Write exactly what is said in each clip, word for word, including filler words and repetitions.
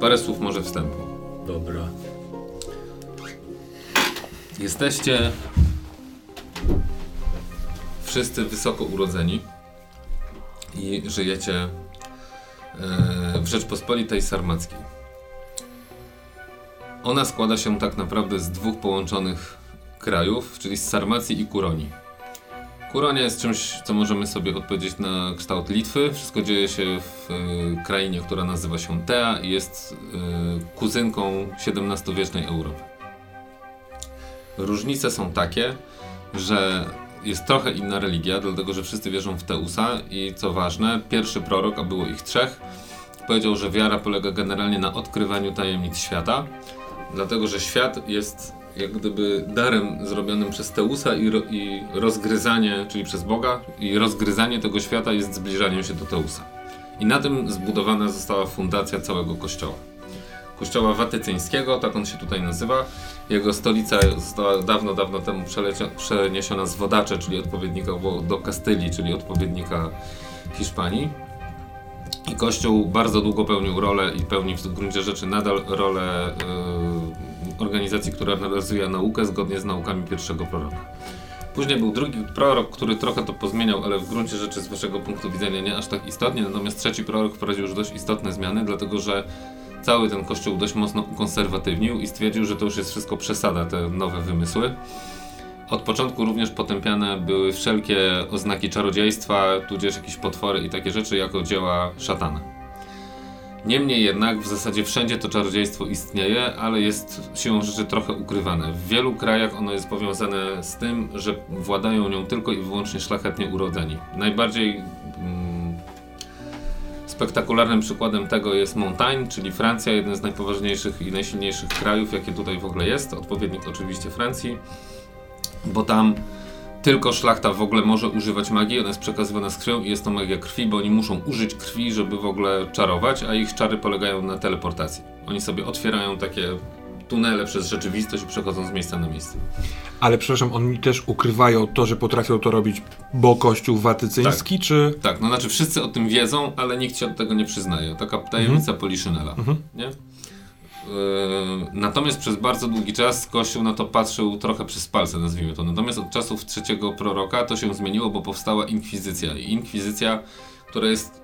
parę słów może wstępu. Dobra. Jesteście wszyscy wysoko urodzeni i żyjecie e, w Rzeczpospolitej Sarmackiej. Ona składa się tak naprawdę z dwóch połączonych krajów, czyli z Sarmacji i Kuronii. Kuronia jest czymś, co możemy sobie odpowiedzieć na kształt Litwy. Wszystko dzieje się w e, krainie, która nazywa się Tea i jest e, kuzynką siedemnastowiecznej Europy. Różnice są takie, że jest trochę inna religia, dlatego że wszyscy wierzą w Teusa i co ważne, pierwszy prorok, a było ich trzech, powiedział, że wiara polega generalnie na odkrywaniu tajemnic świata, dlatego że świat jest jak gdyby darem zrobionym przez Teusa i, ro, i rozgryzanie, czyli przez Boga, i rozgryzanie tego świata jest zbliżaniem się do Teusa. I na tym zbudowana została fundacja całego kościoła. Kościoła Watycyńskiego, tak on się tutaj nazywa. Jego stolica została dawno, dawno temu przeniesiona z Wodacze, czyli odpowiednika do Kastylii, czyli odpowiednika Hiszpanii. I Kościół bardzo długo pełnił rolę i pełni w gruncie rzeczy nadal rolę yy, organizacji, która realizuje naukę zgodnie z naukami pierwszego proroka. Później był drugi prorok, który trochę to pozmieniał, ale w gruncie rzeczy z waszego punktu widzenia nie aż tak istotnie. Natomiast trzeci prorok wprowadził już dość istotne zmiany, dlatego że cały ten kościół dość mocno ukonserwatywnił i stwierdził, że to już jest wszystko przesada, te nowe wymysły. Od początku również potępiane były wszelkie oznaki czarodziejstwa, tudzież jakieś potwory i takie rzeczy jako dzieła szatana. Niemniej jednak w zasadzie wszędzie to czarodziejstwo istnieje, ale jest siłą rzeczy trochę ukrywane. W wielu krajach ono jest powiązane z tym, że władają nią tylko i wyłącznie szlachetnie urodzeni. Najbardziej mm, spektakularnym przykładem tego jest Montaigne, czyli Francja, jeden z najpoważniejszych i najsilniejszych krajów, jakie tutaj w ogóle jest, odpowiednik oczywiście Francji, bo tam tylko szlachta w ogóle może używać magii, ona jest przekazywana z krwią i jest to magia krwi, bo oni muszą użyć krwi, żeby w ogóle czarować, a ich czary polegają na teleportacji. Oni sobie otwierają takie tunele przez rzeczywistość i przechodzą z miejsca na miejsce. Ale przepraszam, oni też ukrywają to, że potrafią to robić, bo Kościół Watycyński, tak, czy... Tak, no znaczy wszyscy o tym wiedzą, ale nikt się od tego nie przyznaje. Taka tajemnica mhm. Poliszynela, mhm. nie? Yy, natomiast przez bardzo długi czas Kościół na to patrzył trochę przez palce, nazwijmy to. Natomiast od czasów trzeciego proroka to się zmieniło, bo powstała inkwizycja. I inkwizycja, która jest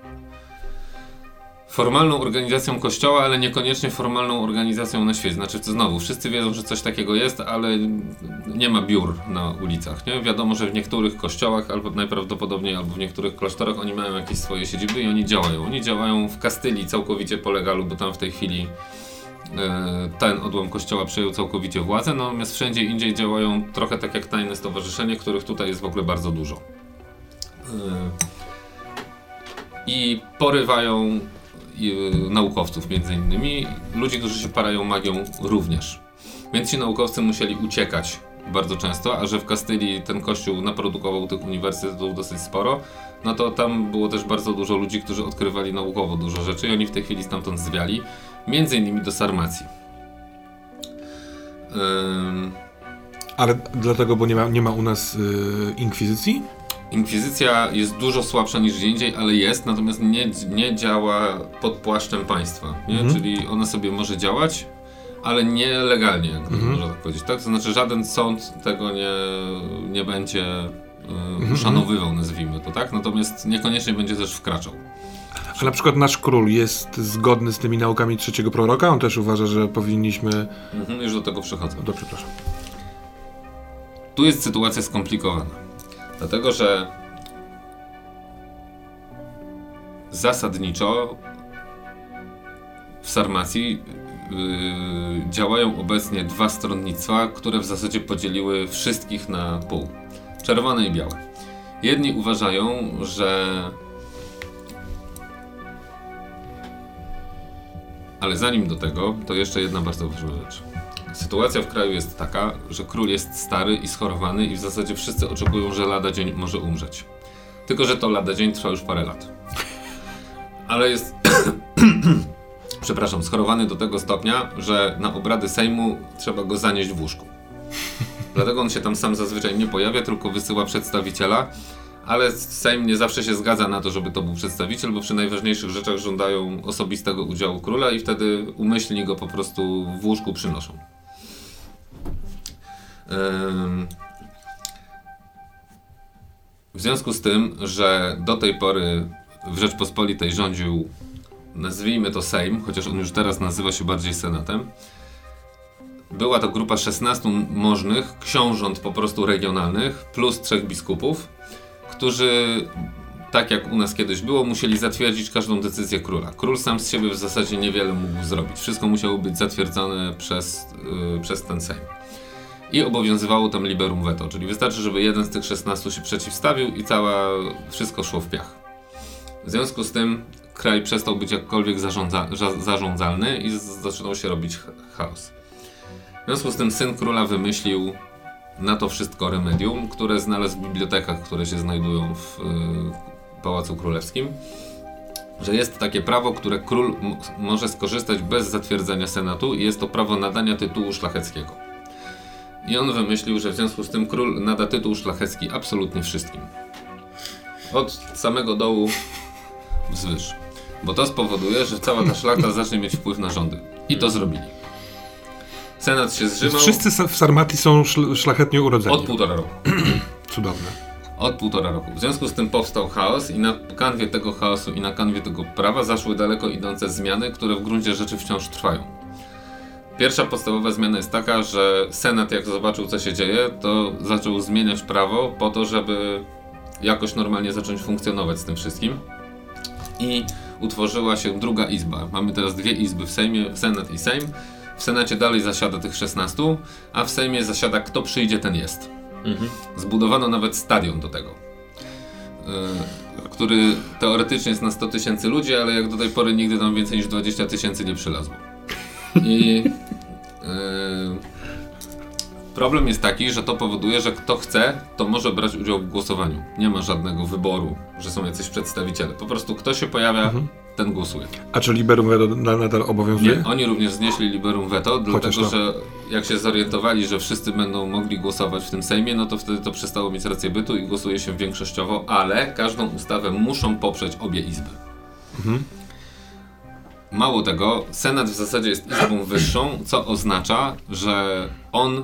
formalną organizacją Kościoła, ale niekoniecznie formalną organizacją na świecie. Znaczy, to znowu, wszyscy wiedzą, że coś takiego jest, ale nie ma biur na ulicach, nie? Wiadomo, że w niektórych kościołach, albo najprawdopodobniej, albo w niektórych klasztorach oni mają jakieś swoje siedziby i oni działają. Oni działają w Kastylii całkowicie po legalu, bo tam w tej chwili ten odłam kościoła przejął całkowicie władzę, natomiast wszędzie indziej działają trochę tak jak tajne stowarzyszenie, których tutaj jest w ogóle bardzo dużo. I porywają naukowców między innymi, ludzi, którzy się parają magią również. Więc ci naukowcy musieli uciekać bardzo często, a że w Kastylii ten kościół naprodukował tych uniwersytetów dosyć sporo, no to tam było też bardzo dużo ludzi, którzy odkrywali naukowo dużo rzeczy i oni w tej chwili stamtąd zwiali. Między innymi do Sarmacji. Ym... Ale dlatego, bo nie ma, nie ma u nas yy, inkwizycji? Inkwizycja jest dużo słabsza niż gdzie indziej, ale jest, natomiast nie, nie działa pod płaszczem państwa. Nie? Mhm. Czyli ona sobie może działać, ale nie legalnie, jak mhm. można tak powiedzieć. Tak? To znaczy żaden sąd tego nie, nie będzie yy, mhm. uszanowywał, nazwijmy to, tak? Natomiast niekoniecznie będzie też wkraczał. A na przykład nasz król jest zgodny z tymi naukami trzeciego proroka? On też uważa, że powinniśmy... Mhm, już do tego przechodzę. To przepraszam. Tu jest sytuacja skomplikowana. Dlatego, że zasadniczo w Sarmacji yy, działają obecnie dwa stronnictwa, które w zasadzie podzieliły wszystkich na pół. Czerwone i białe. Jedni uważają, że ale zanim do tego, to jeszcze jedna bardzo ważna rzecz. Sytuacja w kraju jest taka, że król jest stary i schorowany i w zasadzie wszyscy oczekują, że lada dzień może umrzeć. Tylko że to lada dzień trwa już parę lat. Ale jest przepraszam, schorowany do tego stopnia, że na obrady Sejmu trzeba go zanieść w łóżku. Dlatego on się tam sam zazwyczaj nie pojawia, tylko wysyła przedstawiciela, ale Sejm nie zawsze się zgadza na to, żeby to był przedstawiciel, bo przy najważniejszych rzeczach żądają osobistego udziału króla i wtedy umyślni go po prostu w łóżku przynoszą. W związku z tym, że do tej pory w Rzeczpospolitej rządził, nazwijmy to Sejm, chociaż on już teraz nazywa się bardziej Senatem, była to grupa szesnastu możnych książąt po prostu regionalnych, plus trzech biskupów, którzy, tak jak u nas kiedyś było, musieli zatwierdzić każdą decyzję króla. Król sam z siebie w zasadzie niewiele mógł zrobić. Wszystko musiało być zatwierdzone przez, yy, przez ten Sejm. I obowiązywało tam liberum veto, czyli wystarczy, żeby jeden z tych szesnastu się przeciwstawił i cała, wszystko szło w piach. W związku z tym kraj przestał być jakkolwiek zarządza, zarządzalny i z, zaczynał się robić chaos. W związku z tym syn króla wymyślił na to wszystko remedium, które znalazł w bibliotekach, które się znajdują w y, Pałacu Królewskim, że jest takie prawo, które król m- może skorzystać bez zatwierdzenia senatu i jest to prawo nadania tytułu szlacheckiego. I on wymyślił, że w związku z tym król nada tytuł szlachecki absolutnie wszystkim. Od samego dołu wzwyż. Bo to spowoduje, że cała ta szlachta zacznie mieć wpływ na rządy. I to zrobili. Senat się zrzymał. Wszyscy w Sarmatii są szl- szlachetnie urodzeni. Od półtora roku. Cudowne. Od półtora roku. W związku z tym powstał chaos i na kanwie tego chaosu i na kanwie tego prawa zaszły daleko idące zmiany, które w gruncie rzeczy wciąż trwają. Pierwsza podstawowa zmiana jest taka, że Senat jak zobaczył co się dzieje, to zaczął zmieniać prawo po to, żeby jakoś normalnie zacząć funkcjonować z tym wszystkim. I utworzyła się druga izba. Mamy teraz dwie izby w Sejmie, Senat i Sejm. W Senacie dalej zasiada tych szesnastu, a w Sejmie zasiada kto przyjdzie, ten jest. Mhm. Zbudowano nawet stadion do tego, yy, który teoretycznie jest na sto tysięcy ludzi, ale jak do tej pory nigdy tam więcej niż dwadzieścia tysięcy nie przylazło. I yy, problem jest taki, że to powoduje, że kto chce, to może brać udział w głosowaniu. Nie ma żadnego wyboru, że są jacyś przedstawiciele. Po prostu kto się pojawia, mhm. ten głosuje. A czy liberum veto nadal obowiązuje? Nie, oni również znieśli liberum veto, dlatego no. że jak się zorientowali, że wszyscy będą mogli głosować w tym Sejmie, no to wtedy to przestało mieć rację bytu i głosuje się większościowo, ale każdą ustawę muszą poprzeć obie izby. Mhm. Mało tego, Senat w zasadzie jest izbą wyższą, co oznacza, że on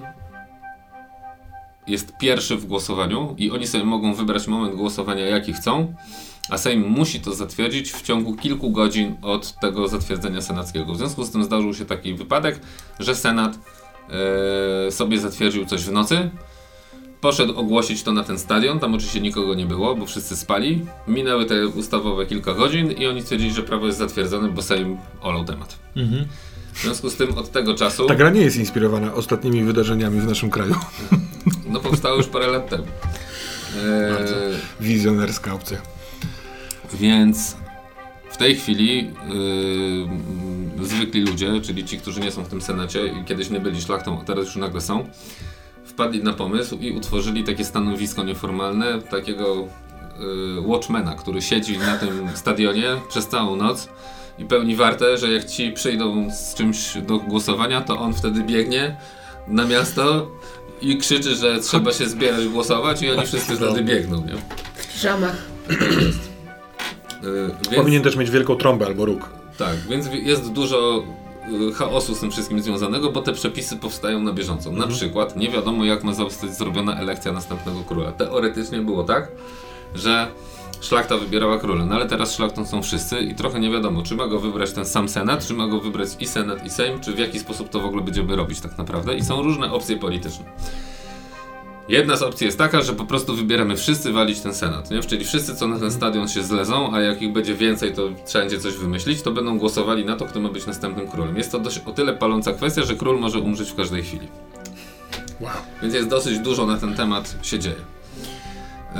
jest pierwszy w głosowaniu i oni sobie mogą wybrać moment głosowania jaki chcą, a Sejm musi to zatwierdzić w ciągu kilku godzin od tego zatwierdzenia senackiego. W związku z tym zdarzył się taki wypadek, że Senat yy, sobie zatwierdził coś w nocy, poszedł ogłosić to na ten stadion, tam oczywiście nikogo nie było, bo wszyscy spali. Minęły te ustawowe kilka godzin i oni stwierdzili, że prawo jest zatwierdzone, bo Sejm olał temat. Mhm. W związku z tym od tego czasu... Ta gra nie jest inspirowana ostatnimi wydarzeniami w naszym kraju. No powstało już parę lat temu. Bardzo wizjonerska opcja. Więc w tej chwili yy, zwykli ludzie, czyli ci, którzy nie są w tym Senacie i kiedyś nie byli szlachtą, a teraz już nagle są, wpadli na pomysł i utworzyli takie stanowisko nieformalne, takiego yy, watchmana, który siedzi na tym stadionie przez całą noc i pełni wartę, że jak ci przyjdą z czymś do głosowania, to on wtedy biegnie na miasto i krzyczy, że trzeba się zbierać, głosować i oni wszyscy wtedy biegną, nie? W piżamach. Yy, więc, Powinien też mieć wielką trąbę albo róg. Tak, więc jest dużo y, chaosu z tym wszystkim związanego, bo te przepisy powstają na bieżąco. Mhm. Na przykład nie wiadomo jak ma zostać zrobiona elekcja następnego króla. Teoretycznie było tak, że szlachta wybierała króla, no ale teraz szlachtą są wszyscy i trochę nie wiadomo, czy ma go wybrać ten sam Senat, czy ma go wybrać i Senat i Sejm, czy w jaki sposób to w ogóle będziemy robić tak naprawdę i są różne opcje polityczne. Jedna z opcji jest taka, że po prostu wybieramy wszyscy walić ten Senat, nie? Czyli wszyscy co na ten stadion się zlezą, a jak ich będzie więcej, to trzeba będzie coś wymyślić, to będą głosowali na to, kto ma być następnym królem. Jest to dość o tyle paląca kwestia, że król może umrzeć w każdej chwili. Wow. Więc jest dosyć dużo na ten temat się dzieje. Yy...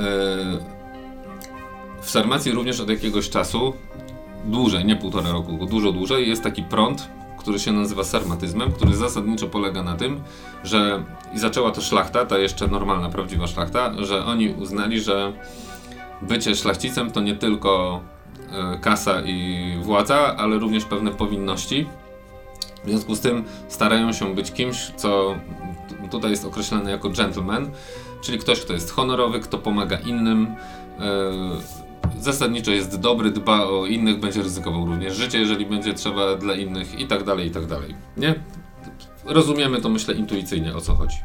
W Sarmacji również od jakiegoś czasu, dłużej, nie półtora roku, tylko dużo dłużej, jest taki prąd, który się nazywa sarmatyzmem, który zasadniczo polega na tym, że i zaczęła to szlachta, ta jeszcze normalna, prawdziwa szlachta, że oni uznali, że bycie szlachcicem to nie tylko y, kasa i władza, ale również pewne powinności. W związku z tym starają się być kimś, co tutaj jest określane jako gentleman, czyli ktoś, kto jest honorowy, kto pomaga innym zasadniczo jest dobry, dba o innych, będzie ryzykował również życie, jeżeli będzie trzeba dla innych i tak dalej, i tak dalej. Nie? Rozumiemy to, myślę, intuicyjnie, o co chodzi.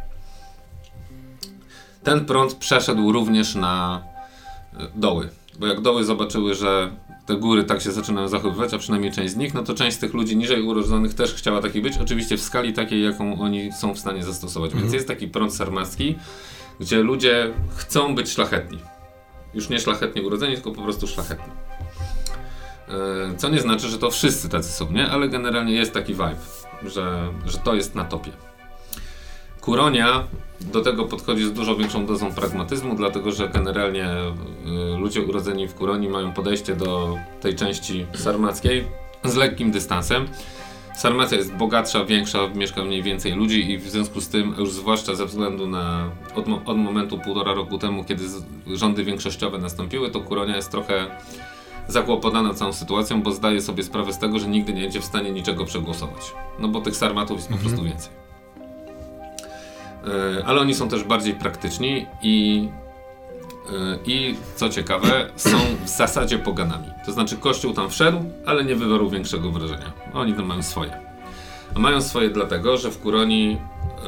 Ten prąd przeszedł również na doły, bo jak doły zobaczyły, że te góry tak się zaczynają zachowywać, a przynajmniej część z nich, no to część z tych ludzi niżej urodzonych też chciała takich być, oczywiście w skali takiej, jaką oni są w stanie zastosować. Mhm. Więc jest taki prąd sarmacki, gdzie ludzie chcą być szlachetni. Już nie szlachetnie urodzeni, tylko po prostu szlachetni. Yy, co nie znaczy, że to wszyscy tacy są, nie? Ale generalnie jest taki vibe, że, że to jest na topie. Kuronia do tego podchodzi z dużo większą dozą pragmatyzmu, dlatego że generalnie y, ludzie urodzeni w Kuronii mają podejście do tej części sarmackiej z lekkim dystansem. Sarmacja jest bogatsza, większa, mieszka w niej więcej ludzi i w związku z tym, już zwłaszcza ze względu na od, od momentu półtora roku temu, kiedy z, rządy większościowe nastąpiły, to Kuronia jest trochę zakłopotana całą sytuacją, bo zdaje sobie sprawę z tego, że nigdy nie będzie w stanie niczego przegłosować. No bo tych sarmatów jest po mhm. prostu więcej. Ale oni są też bardziej praktyczni i, i co ciekawe, są w zasadzie poganami. To znaczy Kościół tam wszedł, ale nie wywarł większego wrażenia. Oni tam mają swoje. A mają swoje dlatego, że w Kuronii yy,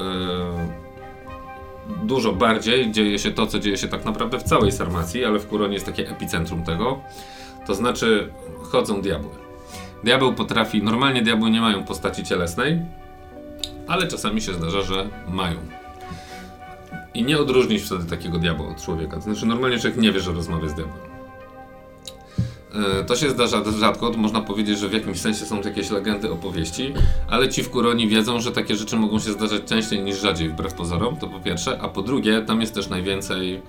dużo bardziej dzieje się to, co dzieje się tak naprawdę w całej Sarmacji, ale w Kuronii jest takie epicentrum tego. To znaczy chodzą diabły. Diabeł potrafi, normalnie diabły nie mają postaci cielesnej, ale czasami się zdarza, że mają. I nie odróżnić wtedy takiego diabła od człowieka. To znaczy normalnie człowiek nie wie, że rozmawia z diabłem. Yy, to się zdarza rzadko, to można powiedzieć, że w jakimś sensie są to jakieś legendy, opowieści, ale ci w Kuronii wiedzą, że takie rzeczy mogą się zdarzać częściej niż rzadziej, wbrew pozorom, to po pierwsze, a po drugie, tam jest też najwięcej yy,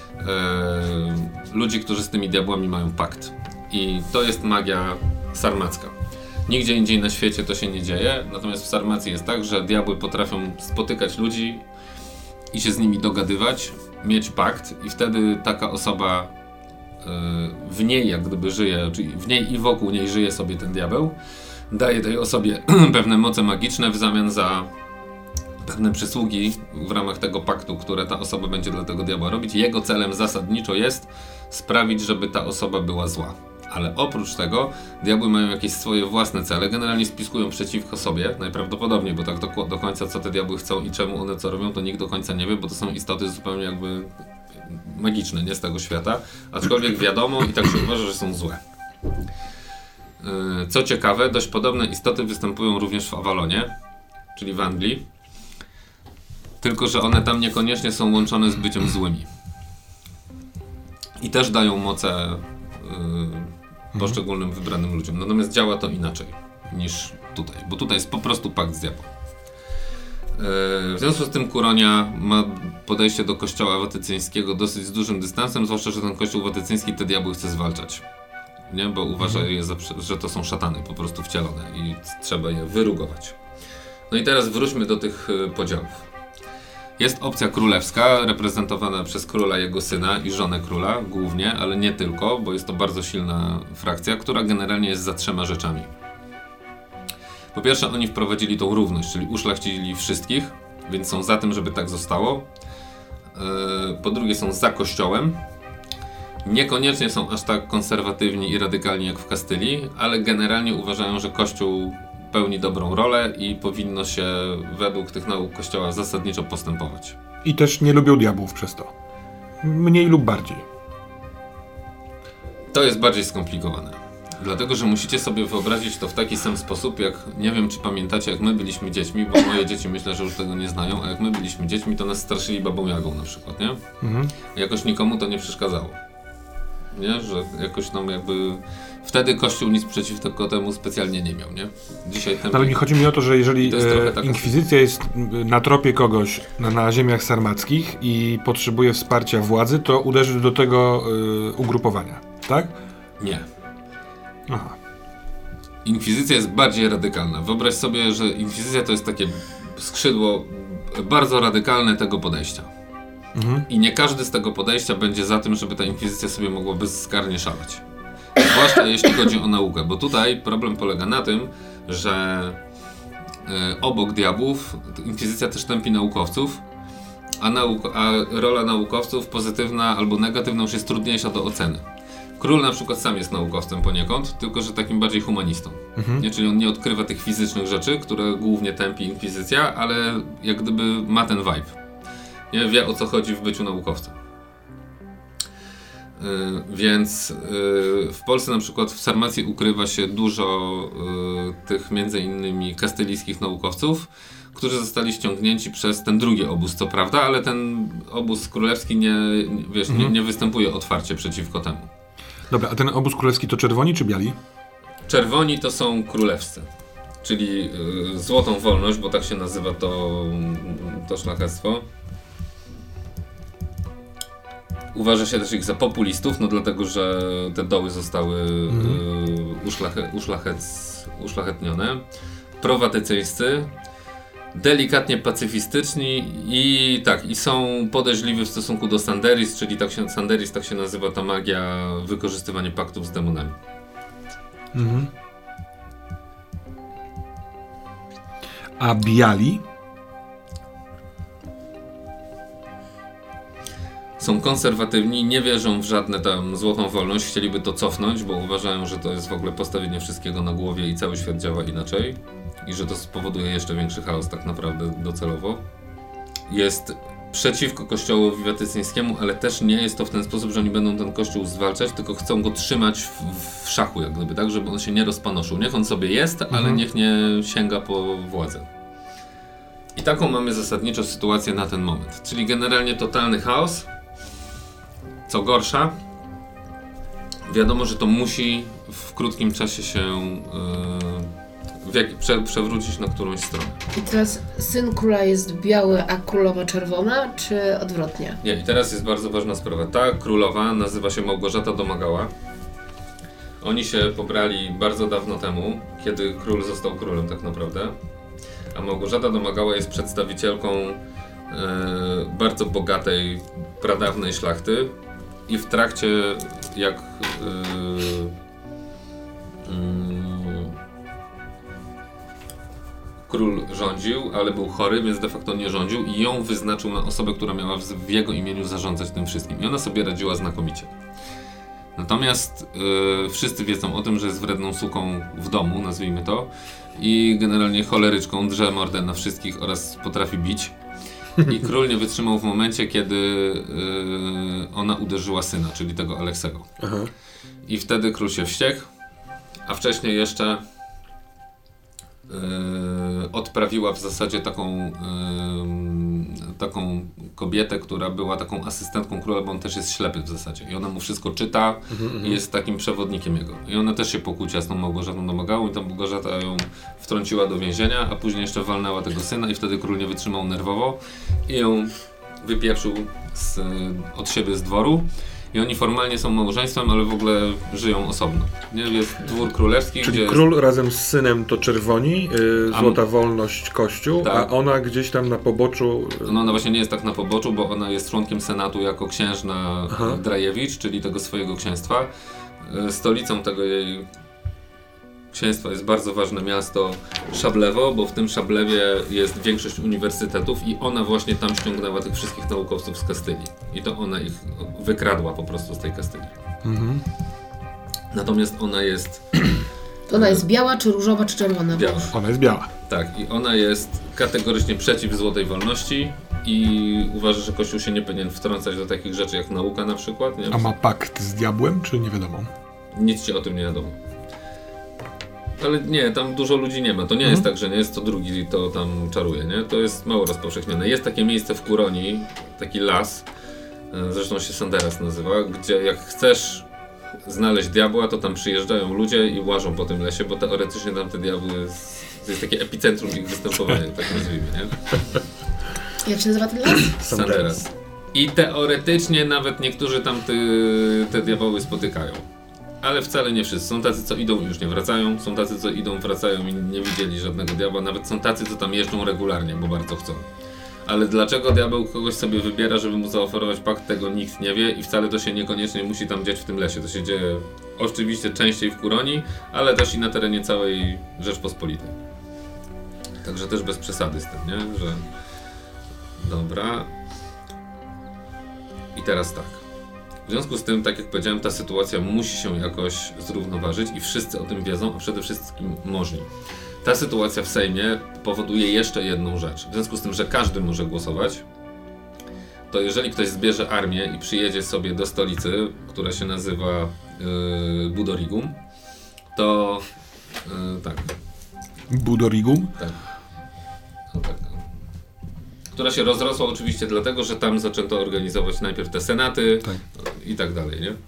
ludzi, którzy z tymi diabłami mają pakt. I to jest magia sarmacka. Nigdzie indziej na świecie to się nie dzieje, natomiast w Sarmacji jest tak, że diabły potrafią spotykać ludzi i się z nimi dogadywać, mieć pakt i wtedy taka osoba yy, w niej jak gdyby żyje, czyli w niej i wokół niej żyje sobie ten diabeł, daje tej osobie pewne moce magiczne w zamian za pewne przysługi w ramach tego paktu, które ta osoba będzie dla tego diabła robić. Jego celem zasadniczo jest sprawić, żeby ta osoba była zła. Ale oprócz tego diabły mają jakieś swoje własne cele, generalnie spiskują przeciwko sobie, najprawdopodobniej, bo tak do, do końca co te diabły chcą i czemu one co robią, to nikt do końca nie wie, bo to są istoty zupełnie jakby magiczne, nie z tego świata, aczkolwiek wiadomo i tak się uważa, że są złe. Yy, co ciekawe, dość podobne istoty występują również w Avalonie, czyli w Anglii, tylko że one tam niekoniecznie są łączone z byciem złymi. I też dają moce Yy, poszczególnym wybranym ludziom. Natomiast działa to inaczej niż tutaj, bo tutaj jest po prostu pakt z diabłem. Yy, w związku z tym Kuronia ma podejście do kościoła watycyńskiego dosyć z dużym dystansem, zwłaszcza, że ten kościół watycyński te diabły chce zwalczać. Nie? Bo uważa je, za, że to są szatany po prostu wcielone i trzeba je wyrugować. No i teraz wróćmy do tych yy, podziałów. Jest opcja królewska, reprezentowana przez króla, jego syna i żonę króla głównie, ale nie tylko, bo jest to bardzo silna frakcja, która generalnie jest za trzema rzeczami. Po pierwsze, oni wprowadzili tą równość, czyli uszlachcili wszystkich, więc są za tym, żeby tak zostało. Po drugie, są za kościołem. Niekoniecznie są aż tak konserwatywni i radykalni jak w Kastylii, ale generalnie uważają, że kościół pełni dobrą rolę i powinno się według tych nauk kościoła zasadniczo postępować. I też nie lubią diabłów przez to. Mniej lub bardziej. To jest bardziej skomplikowane. Dlatego, że musicie sobie wyobrazić to w taki sam sposób, jak nie wiem, czy pamiętacie, jak my byliśmy dziećmi, bo moje dzieci myślę, że już tego nie znają, a jak my byliśmy dziećmi, to nas straszyli babą Jagą na przykład, nie? Mhm. Jakoś nikomu to nie przeszkadzało. Nie? Że jakoś nam jakby... Wtedy Kościół nic przeciwko temu specjalnie nie miał, nie? Dzisiaj ten... Ale mi chodzi mi o to, że jeżeli to jest e, inkwizycja jest na tropie kogoś na, na ziemiach sarmackich i potrzebuje wsparcia władzy, to uderzy do tego e, ugrupowania, tak? Nie. Aha. Inkwizycja jest bardziej radykalna. Wyobraź sobie, że inkwizycja to jest takie skrzydło bardzo radykalne tego podejścia. Mhm. I nie każdy z tego podejścia będzie za tym, żeby ta inkwizycja sobie mogła bezskarnie szaleć. Zwłaszcza jeśli chodzi o naukę, bo tutaj problem polega na tym, że y, obok diabłów inkwizycja też tępi naukowców a, nauk- a rola naukowców pozytywna albo negatywna już jest trudniejsza do oceny. Król na przykład sam jest naukowcem poniekąd, tylko że takim bardziej humanistą. Mhm. Nie, czyli on nie odkrywa tych fizycznych rzeczy, które głównie tępi inkwizycja, ale jak gdyby ma ten vibe. Nie wie, o co chodzi w byciu naukowcem. Yy, więc yy, w Polsce na przykład w Sarmacji ukrywa się dużo yy, tych między innymi kastylijskich naukowców, którzy zostali ściągnięci przez ten drugi obóz, co prawda, ale ten obóz królewski nie, wiesz, mhm. nie, nie występuje otwarcie przeciwko temu. Dobra, a ten obóz królewski to czerwoni czy biali? Czerwoni to są królewscy, czyli yy, złotą wolność, bo tak się nazywa to, to szlachectwo. Uważa się też ich za populistów, no dlatego, że te doły zostały mm. yy, uszlache, uszlachec, uszlachetnione. Prowatycyjscy, delikatnie pacyfistyczni i tak, i są podejrzliwi w stosunku do Sanderis, czyli tak się, Sanderis tak się nazywa ta magia, wykorzystywanie paktów z demonami. Mhm. A biali? Są konserwatywni, nie wierzą w żadne tam złotą wolność, chcieliby to cofnąć, bo uważają, że to jest w ogóle postawienie wszystkiego na głowie i cały świat działa inaczej i że to spowoduje jeszcze większy chaos tak naprawdę docelowo. Jest przeciwko kościołowi watykańskiemu, ale też nie jest to w ten sposób, że oni będą ten kościół zwalczać, tylko chcą go trzymać w, w szachu jak gdyby, tak, żeby on się nie rozpanoszył. Niech on sobie jest, mhm. ale niech nie sięga po władzę. I taką mamy zasadniczo sytuację na ten moment, czyli generalnie totalny chaos. Co gorsza, wiadomo, że to musi w krótkim czasie się yy, w jak, prze, przewrócić na którąś stronę. I teraz syn króla jest biały, a królowa czerwona, czy odwrotnie? Nie, i teraz jest bardzo ważna sprawa. Ta królowa nazywa się Małgorzata Domagała. Oni się pobrali bardzo dawno temu, kiedy król został królem tak naprawdę. A Małgorzata Domagała jest przedstawicielką yy, bardzo bogatej, pradawnej szlachty. I w trakcie, jak yy, yy, król rządził, ale był chory, więc de facto nie rządził i ją wyznaczył na osobę, która miała w, w jego imieniu zarządzać tym wszystkim. I ona sobie radziła znakomicie. Natomiast yy, wszyscy wiedzą o tym, że jest wredną suką w domu, nazwijmy to, i generalnie choleryczką, drze mordę na wszystkich oraz potrafi bić. I król nie wytrzymał w momencie, kiedy yy, ona uderzyła syna, czyli tego Aleksego. Aha. I wtedy król się wściekł, a wcześniej jeszcze yy, odprawiła w zasadzie taką, yy, taką kobietę, która była taką asystentką króla, bo on też jest ślepy w zasadzie. I ona mu wszystko czyta mm-hmm. i jest takim przewodnikiem jego. I ona też się pokłóciła z tą Małgorzatą Domagałą i ta Małgorzata ją wtrąciła do więzienia, a później jeszcze walnęła tego syna i wtedy król nie wytrzymał nerwowo i ją wypieprzył z, od siebie z dworu. I oni formalnie są małżeństwem, ale w ogóle żyją osobno. Nie? Jest dwór królewski, czyli gdzie król jest... razem z synem to czerwoni, yy, złota a... wolność kościół, tak. A ona gdzieś tam na poboczu... No ona właśnie nie jest tak na poboczu, bo ona jest członkiem senatu jako księżna Aha. Drajewicz, czyli tego swojego księstwa. Stolicą tego jej księstwa jest bardzo ważne miasto Szablewo, bo w tym Szablewie jest większość uniwersytetów i ona właśnie tam ściągnęła tych wszystkich naukowców z Kastylii. I to ona ich wykradła po prostu z tej Kastylii. Mhm. Natomiast ona jest... To ona jest biała, czy różowa, czy czerwona? Biała. Ona jest biała. Tak, i ona jest kategorycznie przeciw złotej wolności i uważa, że Kościół się nie powinien wtrącać do takich rzeczy jak nauka na przykład. Nie? A ma pakt z diabłem, czy nie wiadomo? Nic ci o tym nie wiadomo. Ale nie, tam dużo ludzi nie ma. To nie mhm. jest tak, że nie jest to drugi, to tam czaruje, nie? To jest mało rozpowszechnione. Jest takie miejsce w Kuronii, taki las, zresztą się Sanderas nazywa, gdzie jak chcesz znaleźć diabła, to tam przyjeżdżają ludzie i łażą po tym lesie, bo teoretycznie tam te diabły jest, to jest takie epicentrum ich występowania, tak nazwijmy, nie? Jak się nazywa ten las? Sanderas. I teoretycznie nawet niektórzy tam ty, te diabeły spotykają. Ale wcale nie wszyscy. Są tacy, co idą i już nie wracają. Są tacy, co idą, wracają i nie widzieli żadnego diabła. Nawet są tacy, co tam jeżdżą regularnie, bo bardzo chcą. Ale dlaczego diabeł kogoś sobie wybiera, żeby mu zaoferować pakt, tego nikt nie wie i wcale to się niekoniecznie musi tam dziać w tym lesie. To się dzieje oczywiście częściej w Kuronii, ale też i na terenie całej Rzeczpospolitej. Także też bez przesady z tym, nie? Że... Dobra. I teraz tak. W związku z tym, tak jak powiedziałem, ta sytuacja musi się jakoś zrównoważyć i wszyscy o tym wiedzą, a przede wszystkim możni. Ta sytuacja w Sejmie powoduje jeszcze jedną rzecz. W związku z tym, że każdy może głosować, to jeżeli ktoś zbierze armię i przyjedzie sobie do stolicy, która się nazywa yy, Budorigum, to yy, tak. Budorigum? Tak. No tak. Która się rozrosła oczywiście dlatego, że tam zaczęto organizować najpierw te senaty tak. i tak dalej, nie?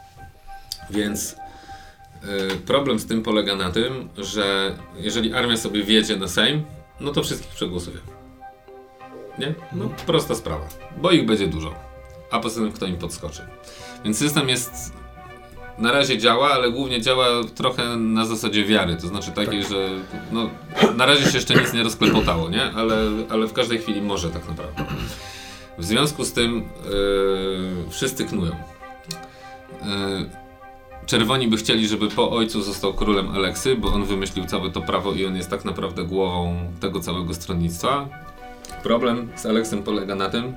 Więc yy, problem z tym polega na tym, że jeżeli armia sobie wjedzie na Sejm, no to wszystkich przegłosuje. Nie? No prosta sprawa, bo ich będzie dużo, a poza tym kto im podskoczy. Więc system jest, na razie działa, ale głównie działa trochę na zasadzie wiary, to znaczy takiej, tak. że no, na razie się jeszcze nic nie rozklepotało, nie? Ale, ale w każdej chwili może tak naprawdę. W związku z tym yy, wszyscy knują. Yy, Czerwoni by chcieli, żeby po ojcu został królem Aleksy, bo on wymyślił całe to prawo i on jest tak naprawdę głową tego całego stronnictwa. Problem z Aleksem polega na tym,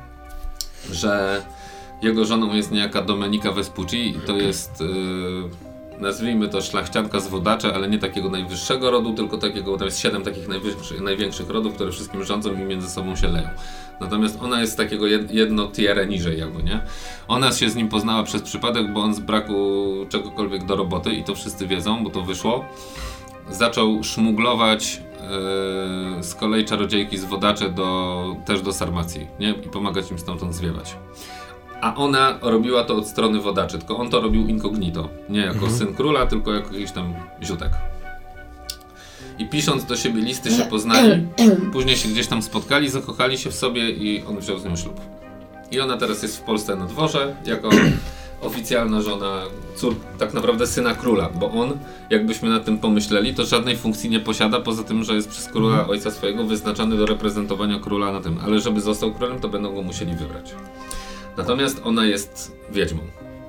że jego żoną jest niejaka Domenica Vespucci i to jest, yy, nazwijmy to szlachcianka z wodacza, ale nie takiego najwyższego rodu, tylko takiego, tam jest siedem takich najwyższych, największych rodów, które wszystkim rządzą i między sobą się leją. Natomiast ona jest takiego jedno tierę niżej jakby, nie? Ona się z nim poznała przez przypadek, bo on z braku czegokolwiek do roboty i to wszyscy wiedzą, bo to wyszło, zaczął szmuglować Yy, z kolei czarodziejki z wodacze do, też do Sarmacji, nie? I pomagać im stamtąd zwiewać. A ona robiła to od strony wodaczy, tylko on to robił incognito, nie jako mhm. syn króla, tylko jako jakiś tam ziutek. I pisząc do siebie listy się poznali, później się gdzieś tam spotkali, zakochali się w sobie i on wziął z nią ślub. I ona teraz jest w Polsce na dworze, jako oficjalna żona, cór, tak naprawdę syna króla, bo on, jakbyśmy nad tym pomyśleli, to żadnej funkcji nie posiada, poza tym, że jest przez króla ojca swojego wyznaczany do reprezentowania króla na tym, ale żeby został królem, to będą go musieli wybrać. Natomiast ona jest wiedźmą.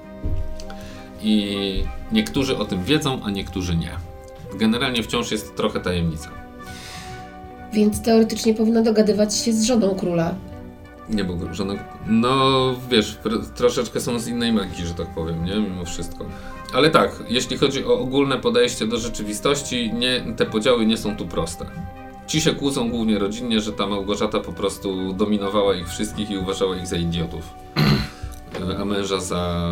I niektórzy o tym wiedzą, a niektórzy nie. Generalnie wciąż jest trochę tajemnica. Więc teoretycznie powinna dogadywać się z żoną króla. Nie, bo żona... No, wiesz, troszeczkę są z innej magii, że tak powiem, nie? Mimo wszystko. Ale tak, jeśli chodzi o ogólne podejście do rzeczywistości, nie, te podziały nie są tu proste. Ci się kłócą głównie rodzinnie, że ta Małgorzata po prostu dominowała ich wszystkich i uważała ich za idiotów. A męża za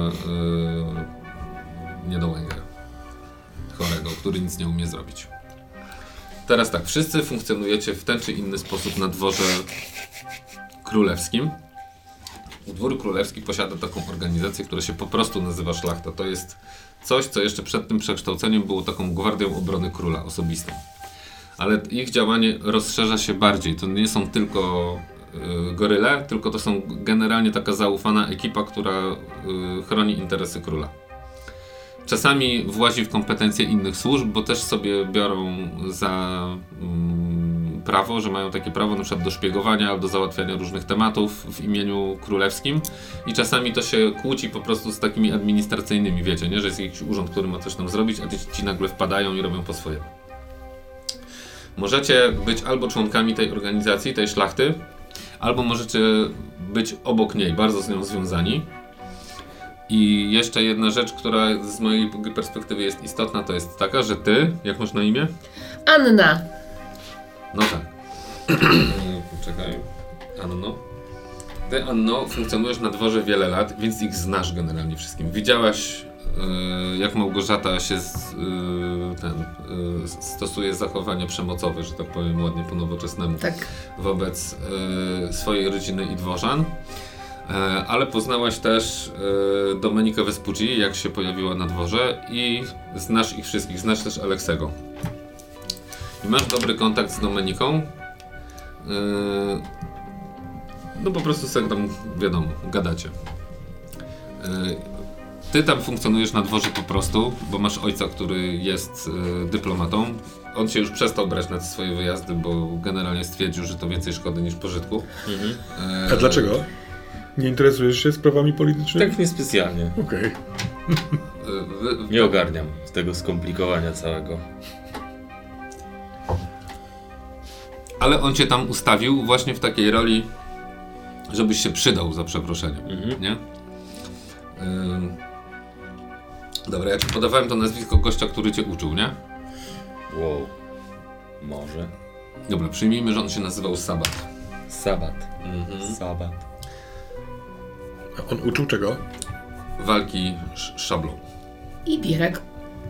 yy, niedołęgę chorego, który nic nie umie zrobić. Teraz tak, wszyscy funkcjonujecie w ten czy inny sposób na dworze królewskim. Dwór królewski posiada taką organizację, która się po prostu nazywa szlachta. To jest coś, co jeszcze przed tym przekształceniem było taką gwardią obrony króla osobistą. Ale ich działanie rozszerza się bardziej. To nie są tylko y, goryle, tylko to są generalnie taka zaufana ekipa, która y, chroni interesy króla. Czasami włazi w kompetencje innych służb, bo też sobie biorą za mm, prawo, że mają takie prawo na przykład do szpiegowania albo do załatwiania różnych tematów w imieniu królewskim i czasami to się kłóci po prostu z takimi administracyjnymi, wiecie, nie? Że jest jakiś urząd, który ma coś tam zrobić, a ci, ci nagle wpadają i robią po swojemu. Możecie być albo członkami tej organizacji, tej szlachty, albo możecie być obok niej, bardzo z nią związani. I jeszcze jedna rzecz, która z mojej perspektywy jest istotna, to jest taka, że ty, jak masz na imię? Anna. No tak. Czekaj. Anno. Ty, Anno, funkcjonujesz na dworze wiele lat, więc ich znasz generalnie wszystkim. Widziałaś, yy, jak Małgorzata się z, yy, ten, yy, stosuje zachowanie przemocowe, że tak powiem ładnie po nowoczesnemu, tak. wobec yy, swojej rodziny i dworzan. Ale poznałaś też e, Domenikę Vespucci, jak się pojawiła na dworze i znasz ich wszystkich, znasz też Aleksego. I masz dobry kontakt z Domeniką. E, no po prostu sobie tam, wiadomo, gadacie. E, ty tam funkcjonujesz na dworze po prostu, bo masz ojca, który jest e, dyplomatą. On się już przestał brać na swoje wyjazdy, bo generalnie stwierdził, że to więcej szkody niż pożytku. Mhm. E, A dlaczego? Nie interesujesz się sprawami politycznymi? Tak niespecjalnie. Okej. Okay. Nie ogarniam z tego skomplikowania całego. Ale on cię tam ustawił właśnie w takiej roli, żebyś się przydał, za przeproszeniem, mhm. nie? Dobra, ja ci podawałem to nazwisko gościa, który cię uczył, nie? Wow. Może. Dobra, przyjmijmy, że on się nazywał Sabat. Sabat. Mhm. Sabat. On uczył czego? Walki sz- szablą. I Bierek.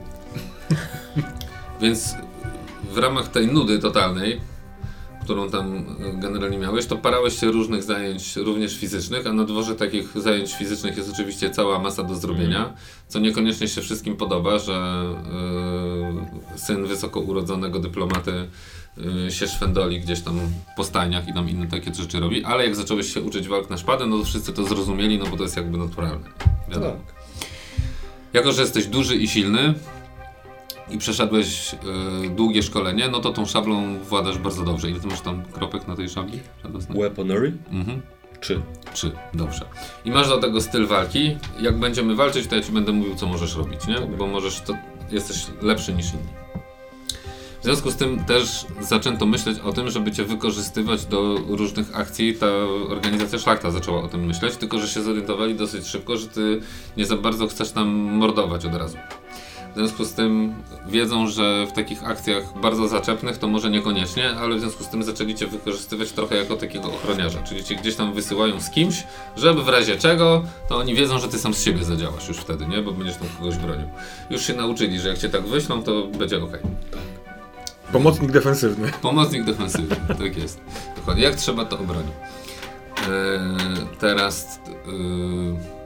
Więc w ramach tej nudy totalnej, którą tam generalnie miałeś, to parałeś się różnych zajęć, również fizycznych, a na dworze takich zajęć fizycznych jest oczywiście cała masa do zrobienia, co niekoniecznie się wszystkim podoba, że yy, syn wysoko urodzonego dyplomaty yy, się szwendoli gdzieś tam po stajniach i tam inne takie rzeczy robi, ale jak zacząłeś się uczyć walk na szpadę, no to wszyscy to zrozumieli, no bo to jest jakby naturalne. Wiadomo. Tak. Jako że jesteś duży i silny, i przeszedłeś y, długie szkolenie, no to tą szablą władasz bardzo dobrze. Ile ty masz tam kropek na tej szabli? Weaponry? Mhm. Trzy. Trzy, dobrze. I masz do tego styl walki. Jak będziemy walczyć, to ja ci będę mówił, co możesz robić, nie? Bo możesz, to jesteś lepszy niż inni. W związku z tym też zaczęto myśleć o tym, żeby cię wykorzystywać do różnych akcji. Ta organizacja Szlachta zaczęła o tym myśleć, tylko że się zorientowali dosyć szybko, że ty nie za bardzo chcesz tam mordować od razu. W związku z tym wiedzą, że w takich akcjach bardzo zaczepnych to może niekoniecznie, ale w związku z tym zaczęli cię wykorzystywać trochę jako takiego ochroniarza, czyli cię gdzieś tam wysyłają z kimś, żeby w razie czego, to oni wiedzą, że ty sam z siebie zadziałasz już wtedy, nie? Bo będziesz tam kogoś bronił. Już się nauczyli, że jak cię tak wyślą, to będzie okej. Pomocnik defensywny. Pomocnik defensywny, tak jest. Dokładnie, jak trzeba, to obroni. Eee, teraz... Yy...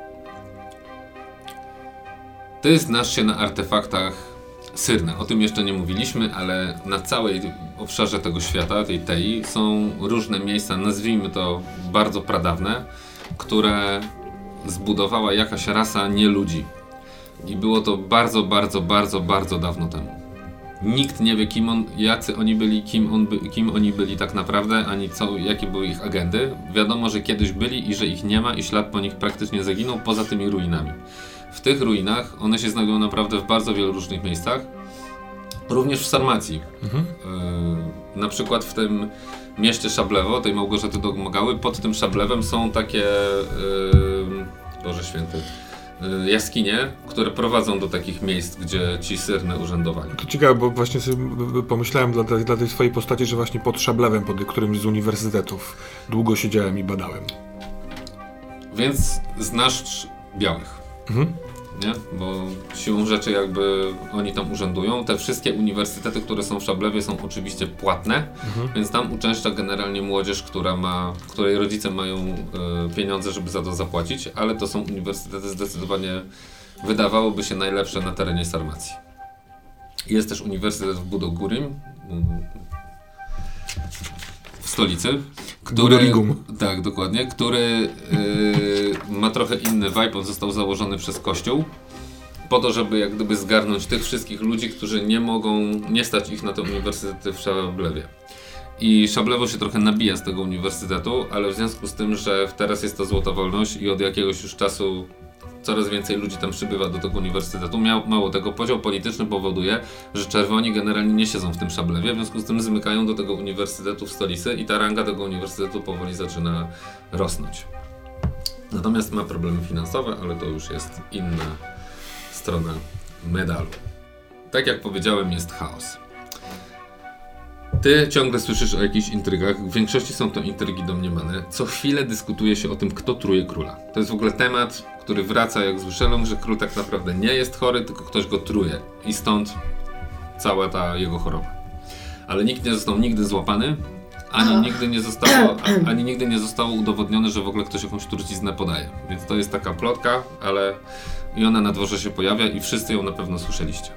Ty znasz się na artefaktach Syrne. O tym jeszcze nie mówiliśmy, ale na całej obszarze tego świata, tej Tei, są różne miejsca, nazwijmy to bardzo pradawne, które zbudowała jakaś rasa nieludzi. I było to bardzo, bardzo, bardzo, bardzo dawno temu. Nikt nie wie, kim on, jacy oni byli, kim, on by, kim oni byli tak naprawdę, ani co, jakie były ich agendy. Wiadomo, że kiedyś byli i że ich nie ma i ślad po nich praktycznie zaginął, poza tymi ruinami. W tych ruinach one się znajdują naprawdę w bardzo wielu różnych miejscach, również w Sarmacji. Mhm. Yy, na przykład w tym mieście Szablewo, tej Małgorzaty Domogały, pod tym Szablewem są takie, yy, Boże Święty, yy, jaskinie, które prowadzą do takich miejsc, gdzie ci Syrne urzędowali. To ciekawe, bo właśnie sobie pomyślałem dla, dla tej swojej postaci, że właśnie pod Szablewem, pod którymś z uniwersytetów długo siedziałem i badałem. Więc znasz białych. Mhm. Nie? Bo siłą rzeczy jakby oni tam urzędują. Te wszystkie uniwersytety, które są w Szablewie, są oczywiście płatne, mhm. więc tam uczęszcza generalnie młodzież, która ma, której rodzice mają y, pieniądze, żeby za to zapłacić, ale to są uniwersytety zdecydowanie, wydawałoby się, najlepsze na terenie Sarmacji. Jest też uniwersytet w Budogurim, w stolicy, który, tak, dokładnie, który yy, ma trochę inny vibe, on został założony przez Kościół po to, żeby jak gdyby zgarnąć tych wszystkich ludzi, którzy nie mogą, nie stać ich na te uniwersytety w Szablewie. I Szablewo się trochę nabija z tego uniwersytetu, ale w związku z tym, że teraz jest to złota wolność i od jakiegoś już czasu coraz więcej ludzi tam przybywa do tego uniwersytetu. Miał, mało tego, podział polityczny powoduje, że czerwoni generalnie nie siedzą w tym Szablewie, w związku z tym zmykają do tego uniwersytetu w stolicy i ta ranga tego uniwersytetu powoli zaczyna rosnąć. Natomiast ma problemy finansowe, ale to już jest inna strona medalu. Tak jak powiedziałem, jest chaos. Ty ciągle słyszysz o jakichś intrygach, w większości są to intrygi domniemane. Co chwilę dyskutuje się o tym, kto truje króla. To jest w ogóle temat, który wraca jak z Wyszelą, że król tak naprawdę nie jest chory, tylko ktoś go truje. I stąd cała ta jego choroba. Ale nikt nie został nigdy złapany, ani nigdy nie zostało, ani nigdy nie zostało udowodnione, że w ogóle ktoś jakąś truciznę podaje. Więc to jest taka plotka, ale i ona na dworze się pojawia i wszyscy ją na pewno słyszeliście.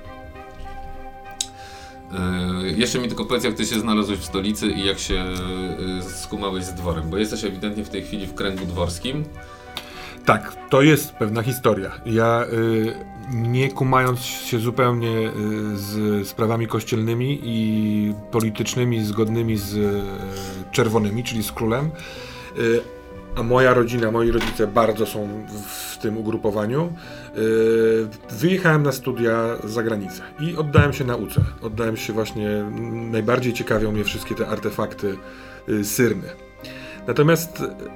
Yy, jeszcze mi tylko powiedz, jak ty się znalazłeś w stolicy i jak się yy, skumałeś z dworem, bo jesteś ewidentnie w tej chwili w kręgu dworskim. Tak, to jest pewna historia. Ja y, nie kumając się zupełnie y, z sprawami kościelnymi i politycznymi zgodnymi z y, czerwonymi, czyli z królem, y, a moja rodzina, moi rodzice bardzo są w tym ugrupowaniu, yy, wyjechałem na studia za granicę i oddałem się nauce. Oddałem się właśnie, najbardziej ciekawią mnie wszystkie te artefakty yy, Syrny. Natomiast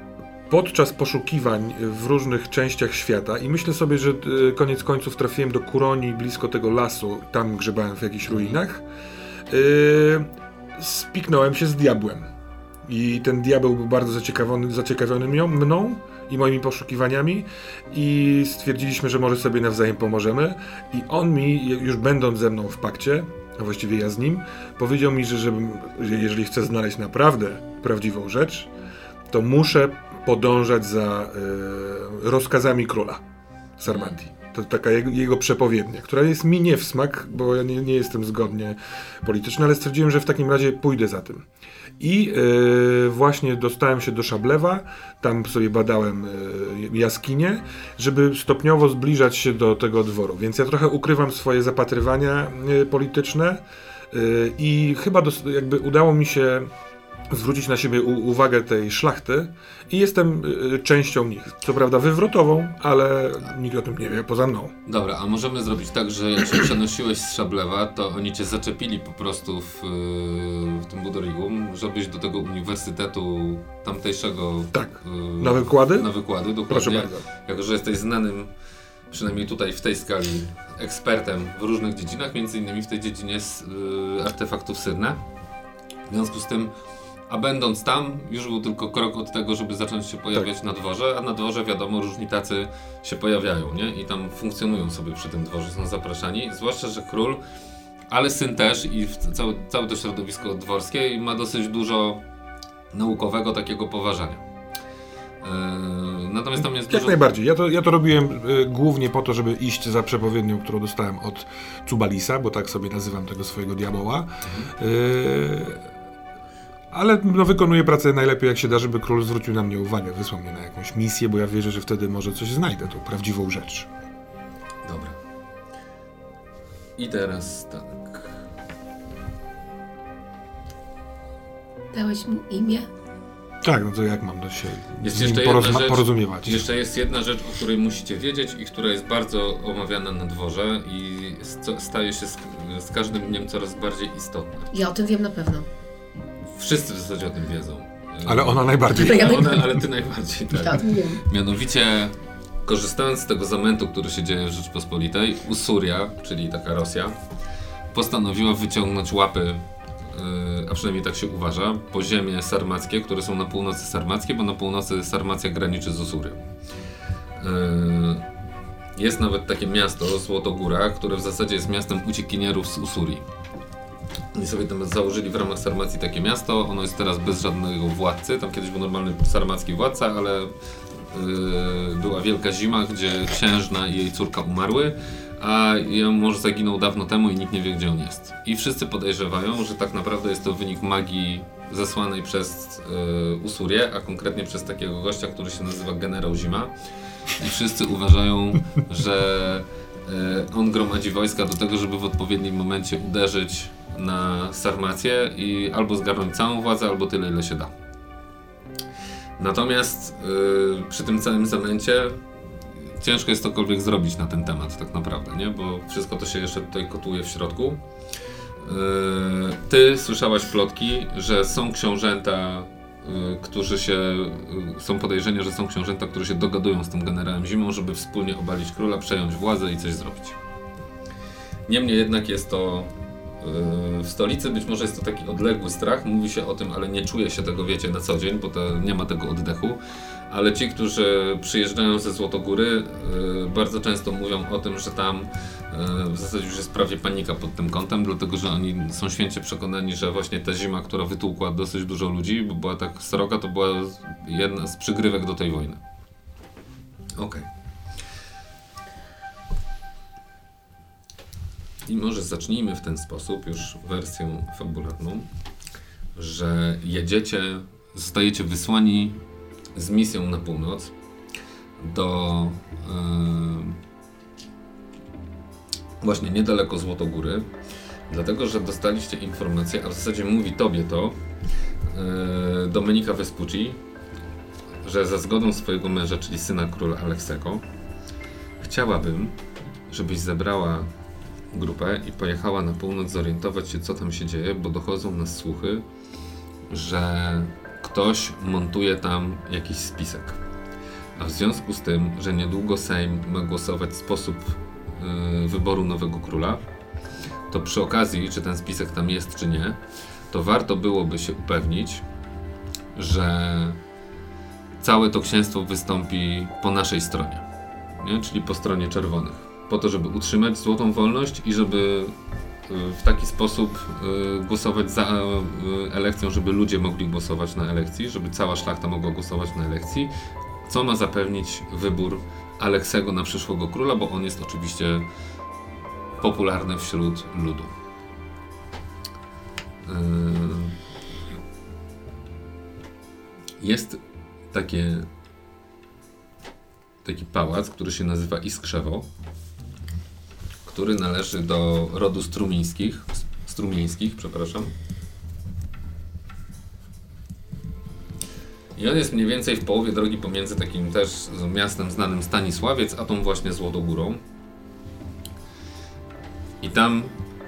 podczas poszukiwań w różnych częściach świata i myślę sobie, że y, koniec końców trafiłem do Kuroni, blisko tego lasu, tam grzebałem w jakichś ruinach, y, spiknąłem się z diabłem. I ten diabeł był bardzo zaciekawiony, zaciekawiony mią, mną i moimi poszukiwaniami i stwierdziliśmy, że może sobie nawzajem pomożemy i on mi, już będąc ze mną w pakcie, a właściwie ja z nim, powiedział mi, że żebym, że jeżeli chcę znaleźć naprawdę prawdziwą rzecz, to muszę podążać za y, rozkazami króla Sarmati. To taka jego, jego przepowiednia, która jest mi nie w smak, bo ja nie, nie jestem zgodnie polityczny, ale stwierdziłem, że w takim razie pójdę za tym. I yy, właśnie dostałem się do Szablewa, tam sobie badałem yy, jaskinię, żeby stopniowo zbliżać się do tego dworu. Więc ja trochę ukrywam swoje zapatrywania yy, polityczne yy, i chyba dos- jakby udało mi się zwrócić na siebie u- uwagę tej szlachty i jestem y, częścią nich. Co prawda wywrotową, ale nikt o tym nie wie poza mną. Dobra, a możemy zrobić tak, że jak się przenosiłeś z Szablewa, to oni cię zaczepili po prostu w, w tym Budorigum, żebyś do tego uniwersytetu tamtejszego... Tak, y, na wykłady? Na wykłady, dokładnie. Proszę bardzo. Jako, że jesteś znanym, przynajmniej tutaj w tej skali, ekspertem w różnych dziedzinach, między innymi w tej dziedzinie z, y, artefaktów Syrne. W związku z tym, a będąc tam, już był tylko krok od tego, żeby zacząć się pojawiać tak. na dworze, a na dworze wiadomo, różni tacy się pojawiają, nie? I tam funkcjonują sobie przy tym dworze, są zapraszani, zwłaszcza, że król, ale syn też i w całe, całe to środowisko dworskie ma dosyć dużo naukowego takiego poważania. Yy, natomiast tam jest Jak dużo... najbardziej. Ja to, ja to robiłem y, głównie po to, żeby iść za przepowiednią, którą dostałem od Cubalisa, bo tak sobie nazywam tego swojego diaboła. Y, ale no, wykonuję pracę najlepiej jak się da, żeby król zwrócił na mnie uwagę, wysłał mnie na jakąś misję, bo ja wierzę, że wtedy może coś znajdę, tą prawdziwą rzecz. Dobra. I teraz tak. Dałeś mu imię? Tak, no to jak mam do się Jest z nim jeszcze jedna porozma- rzecz, porozumiewać? Jeszcze jest jedna rzecz, o której musicie wiedzieć i która jest bardzo omawiana na dworze i st- staje się z, z każdym dniem coraz bardziej istotna. Ja o tym wiem na pewno. Wszyscy w zasadzie o tym wiedzą. Ale ona najbardziej. Ale ja Ona, najbardziej. ale ty najbardziej, tak. Ja o tym wiem. Mianowicie, korzystając z tego zamętu, który się dzieje w Rzeczpospolitej, Usuria, czyli taka Rosja, postanowiła wyciągnąć łapy, yy, a przynajmniej tak się uważa, po ziemie sarmackie, które są na północy sarmackie, bo na północy Sarmacja graniczy z Usurią. Yy, jest nawet takie miasto, Złotogóra, które w zasadzie jest miastem uciekinierów z Usurii. Oni sobie tam założyli w ramach Sarmacji takie miasto, ono jest teraz bez żadnego władcy, tam kiedyś był normalny sarmacki władca, ale yy, była wielka zima, gdzie księżna i jej córka umarły, a ją mąż zaginął dawno temu i nikt nie wie, gdzie on jest. I wszyscy podejrzewają, że tak naprawdę jest to wynik magii zesłanej przez yy, Usurię, a konkretnie przez takiego gościa, który się nazywa Generał Zima. I wszyscy uważają, że yy, on gromadzi wojska do tego, żeby w odpowiednim momencie uderzyć na Sarmację i albo zgarnąć całą władzę, albo tyle, ile się da. Natomiast yy, przy tym całym zamęcie ciężko jest cokolwiek zrobić na ten temat tak naprawdę, nie? Bo wszystko to się jeszcze tutaj kotuje w środku. Yy, ty słyszałaś plotki, że są książęta, yy, którzy się, yy, są podejrzenia, że są książęta, którzy się dogadują z tym generałem Zimą, żeby wspólnie obalić króla, przejąć władzę i coś zrobić. Niemniej jednak jest to w stolicy, być może jest to taki odległy strach, mówi się o tym, ale nie czuje się tego, wiecie, na co dzień, bo to nie ma tego oddechu, ale ci, którzy przyjeżdżają ze Złotogóry, yy, bardzo często mówią o tym, że tam yy, w zasadzie już jest prawie panika pod tym kątem, dlatego że oni są święcie przekonani, że właśnie ta zima, która wytłukła dosyć dużo ludzi, bo była tak sroga, to była jedna z przygrywek do tej wojny. Okej. Okay. I może zacznijmy w ten sposób, już wersję fabularną, że jedziecie, zostajecie wysłani z misją na północ do yy, właśnie niedaleko Złotogóry, dlatego że dostaliście informację, a w zasadzie mówi tobie to yy, Domenica Vespucci, że za zgodą swojego męża, czyli syna króla Aleksego, chciałabym, żebyś zebrała grupę i pojechała na północ zorientować się, co tam się dzieje, bo dochodzą nas słuchy, że ktoś montuje tam jakiś spisek. A w związku z tym, że niedługo Sejm ma głosować w sposób yy, wyboru nowego króla, to przy okazji, czy ten spisek tam jest, czy nie, to warto byłoby się upewnić, że całe to księstwo wystąpi po naszej stronie, nie? Czyli po stronie czerwonych, po to, żeby utrzymać złotą wolność i żeby w taki sposób głosować za elekcją, żeby ludzie mogli głosować na elekcji, żeby cała szlachta mogła głosować na elekcji, co ma zapewnić wybór Aleksego na przyszłego króla, bo on jest oczywiście popularny wśród ludu. Jest takie, taki pałac, który się nazywa Iskrzewo, który należy do rodu Strumińskich, Strumieńskich, przepraszam. I on jest mniej więcej w połowie drogi pomiędzy takim też miastem znanym Stanisławiec, a tą właśnie Złotogórą. I tam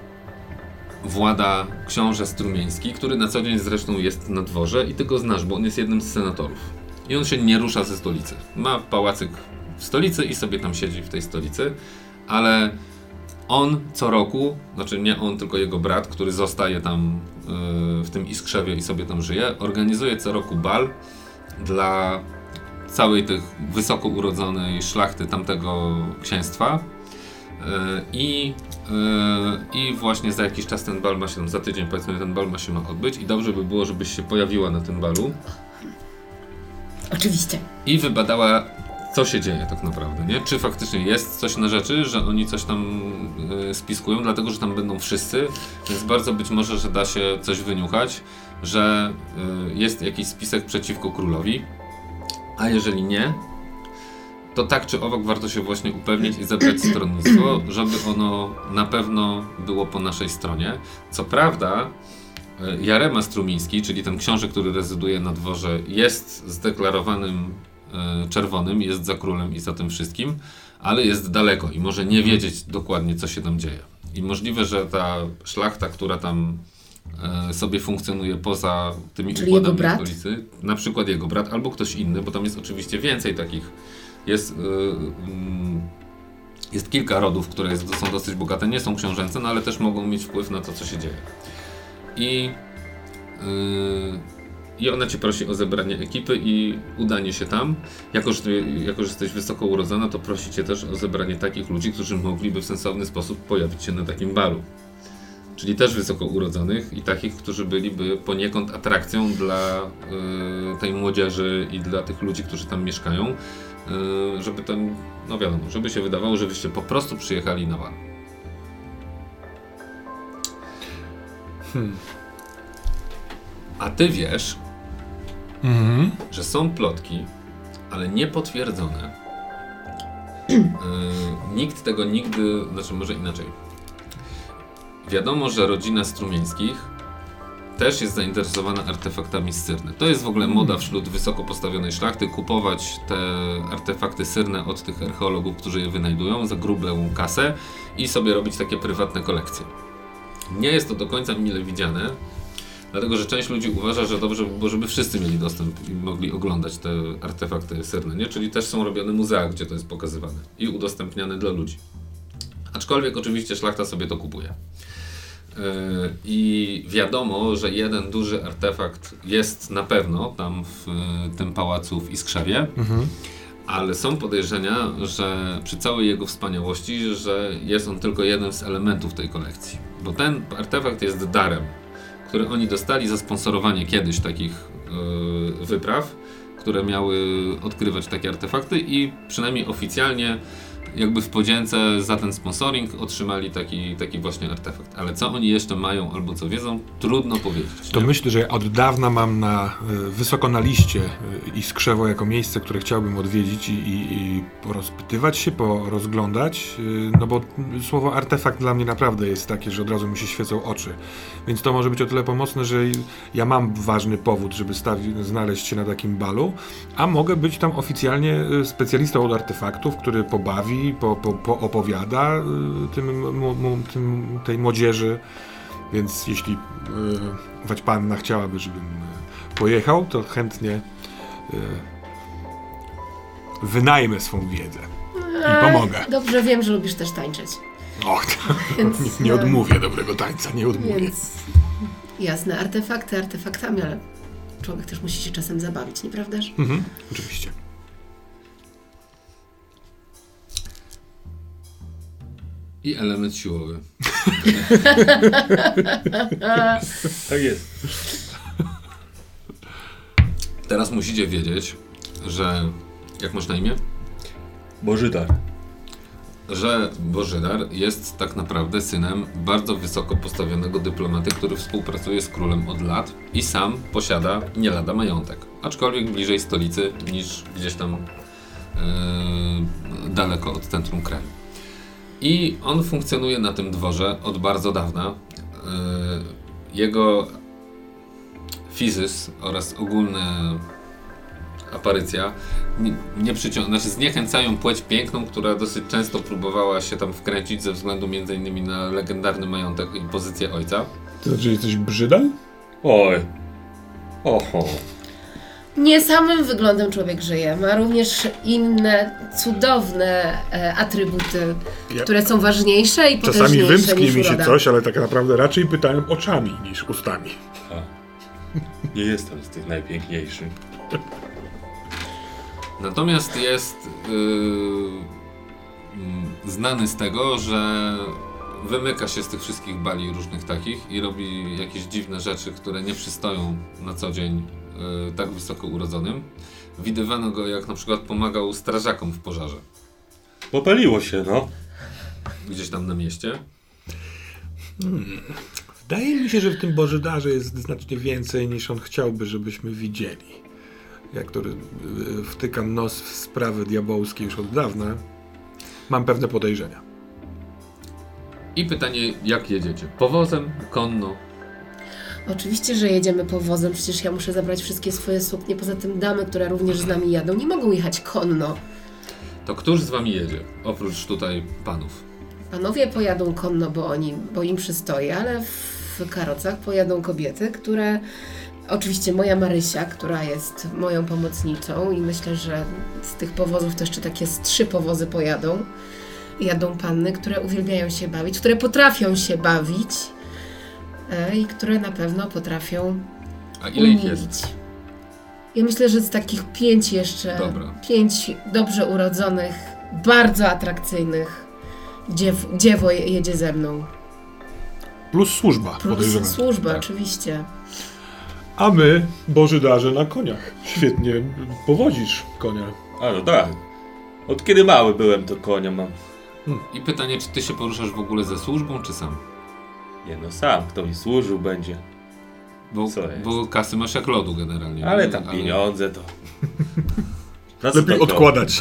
włada książę Strumieński, który na co dzień zresztą jest na dworze i ty go znasz, bo on jest jednym z senatorów. I on się nie rusza ze stolicy. Ma pałacyk w stolicy i sobie tam siedzi w tej stolicy, ale on co roku, znaczy nie on, tylko jego brat, który zostaje tam yy, w tym Iskrzewie i sobie tam żyje, organizuje co roku bal dla całej tych wysoko urodzonej szlachty tamtego księstwa. I, yy, I właśnie za jakiś czas ten bal ma się tam, za tydzień powiedzmy ten bal ma się ma odbyć i dobrze by było, żebyś się pojawiła na tym balu. Oczywiście. I wybadała, co się dzieje tak naprawdę, nie? Czy faktycznie jest coś na rzeczy, że oni coś tam yy, spiskują, dlatego że tam będą wszyscy, więc bardzo być może, że da się coś wyniuchać, że yy, jest jakiś spisek przeciwko królowi, a jeżeli nie, to tak czy owak warto się właśnie upewnić i zebrać stronnictwo, żeby ono na pewno było po naszej stronie. Co prawda Jarema Strumiński, czyli ten książę, który rezyduje na dworze, jest zdeklarowanym e, czerwonym, jest za królem i za tym wszystkim, ale jest daleko i może nie wiedzieć dokładnie, co się tam dzieje. I możliwe, że ta szlachta, która tam e, sobie funkcjonuje poza tymi czyli układami jego brat? stolicy, na przykład jego brat albo ktoś inny, bo tam jest oczywiście więcej takich. Jest, yy, yy, jest kilka rodów, które jest, są dosyć bogate, nie są książęce, no ale też mogą mieć wpływ na to, co się dzieje. I, yy, i ona cię prosi o zebranie ekipy i udanie się tam. Jako że, ty, jako, że jesteś wysoko urodzona, to prosi cię też o zebranie takich ludzi, którzy mogliby w sensowny sposób pojawić się na takim balu. Czyli też wysoko urodzonych i takich, którzy byliby poniekąd atrakcją dla y, tej młodzieży i dla tych ludzi, którzy tam mieszkają, y, żeby tam, no wiadomo, żeby się wydawało, że wyście po prostu przyjechali na bal. Hmm. A ty wiesz, mm-hmm. że są plotki, ale niepotwierdzone. y, nikt tego nigdy, znaczy może inaczej. Wiadomo, że rodzina Strumieńskich też jest zainteresowana artefaktami z Cyrny. To jest w ogóle moda wśród wysoko postawionej szlachty, kupować te artefakty syrne od tych archeologów, którzy je wynajdują za grubą kasę i sobie robić takie prywatne kolekcje. Nie jest to do końca mile widziane, dlatego że część ludzi uważa, że dobrze by było, żeby wszyscy mieli dostęp i mogli oglądać te artefakty syrne, nie? Czyli też są robione muzea, gdzie to jest pokazywane i udostępniane dla ludzi. Aczkolwiek oczywiście szlachta sobie to kupuje. Yy, I wiadomo, że jeden duży artefakt jest na pewno tam w yy, tym pałacu w Iskrzewie, mhm. ale są podejrzenia, że przy całej jego wspaniałości, że jest on tylko jeden z elementów tej kolekcji. Bo ten artefakt jest darem, który oni dostali za sponsorowanie kiedyś takich yy, wypraw, które miały odkrywać takie artefakty i przynajmniej oficjalnie jakby w podzięce za ten sponsoring otrzymali taki, taki właśnie artefakt. Ale co oni jeszcze mają albo co wiedzą, trudno powiedzieć. To nie? myślę, że od dawna mam na, wysoko na liście Iskrzewo jako miejsce, które chciałbym odwiedzić i, i, i porozpytywać się, porozglądać, no bo słowo artefakt dla mnie naprawdę jest takie, że od razu mi się świecą oczy. Więc to może być o tyle pomocne, że ja mam ważny powód, żeby stawi- znaleźć się na takim balu, a mogę być tam oficjalnie specjalistą od artefaktów, który pobawi, Po, po, po opowiada y, tym, mu, mu, tym, tej młodzieży, więc jeśli y, Waćpanna chciałaby, żebym pojechał, to chętnie y, wynajmę swą wiedzę i pomogę. Dobrze wiem, że lubisz też tańczyć. Och, Więc, nie, nie odmówię dobrego tańca, nie odmówię. Więc jasne, artefakty artefaktami, ale człowiek też musi się czasem zabawić, nieprawdaż? Mhm, oczywiście. I element siłowy. Tak jest. Teraz musicie wiedzieć, że... Jak masz na imię? Bożydar. Że Bożydar jest tak naprawdę synem bardzo wysoko postawionego dyplomaty, który współpracuje z królem od lat i sam posiada nie lada majątek. Aczkolwiek bliżej stolicy niż gdzieś tam yy, daleko od centrum kraju. I on funkcjonuje na tym dworze od bardzo dawna. Yy, jego fizys oraz ogólne aparycja nie, nie przycią- znaczy zniechęcają płeć piękną, która dosyć często próbowała się tam wkręcić ze względu m.in. na legendarny majątek i pozycję ojca. To znaczy jesteś brzydal? Oj. Oho. Nie samym wyglądem człowiek żyje, ma również inne cudowne e, atrybuty, Ja- które są ważniejsze i Czasami potężniejsze wymsknie niż mi się uroda. coś, ale tak naprawdę raczej pytałem oczami niż ustami. A. Nie jestem z tych najpiękniejszych. Natomiast jest yy, mm, znany z tego, że wymyka się z tych wszystkich bali różnych takich i robi jakieś dziwne rzeczy, które nie przystoją na co dzień yy, tak wysoko urodzonym. Widywano go, jak na przykład pomagał strażakom w pożarze, Popaliło się, no. gdzieś tam na mieście. Wydaje mi się, że w tym Bożydarze jest znacznie więcej niż on chciałby, żebyśmy widzieli. Ja, który y, wtykam nos w sprawy diabelskie już od dawna, mam pewne podejrzenia. I pytanie, jak jedziecie? Powozem, konno? Oczywiście, że jedziemy powozem, przecież ja muszę zabrać wszystkie swoje suknie, poza tym damy, które również z nami jadą, nie mogą jechać konno. To któż z wami jedzie? Oprócz tutaj panów. Panowie pojadą konno, bo, oni, bo im przystoi, ale w karocach pojadą kobiety, które... Oczywiście moja Marysia, która jest moją pomocniczą i myślę, że z tych powozów to jeszcze takie z trzy powozy pojadą. Jadą panny, które uwielbiają się bawić, które potrafią się bawić e, i które na pewno potrafią A ile ich umilić. jest? Ja myślę, że z takich pięć jeszcze, Dobra. pięć dobrze urodzonych, bardzo atrakcyjnych dziew, dziewo jedzie ze mną. Plus służba, Plus podejrzewam. służba, Tak. oczywiście. A my, Bożydarze, na koniach. Świetnie powodzisz konia. A no tak. Od kiedy mały byłem, to konia mam. I pytanie, czy ty się poruszasz w ogóle ze służbą, czy sam? Nie no, sam. Kto mi służył będzie. Bo, Co jest? bo kasy masz jak lodu generalnie. Ale tam pieniądze to... Na co Lepiej to odkładać.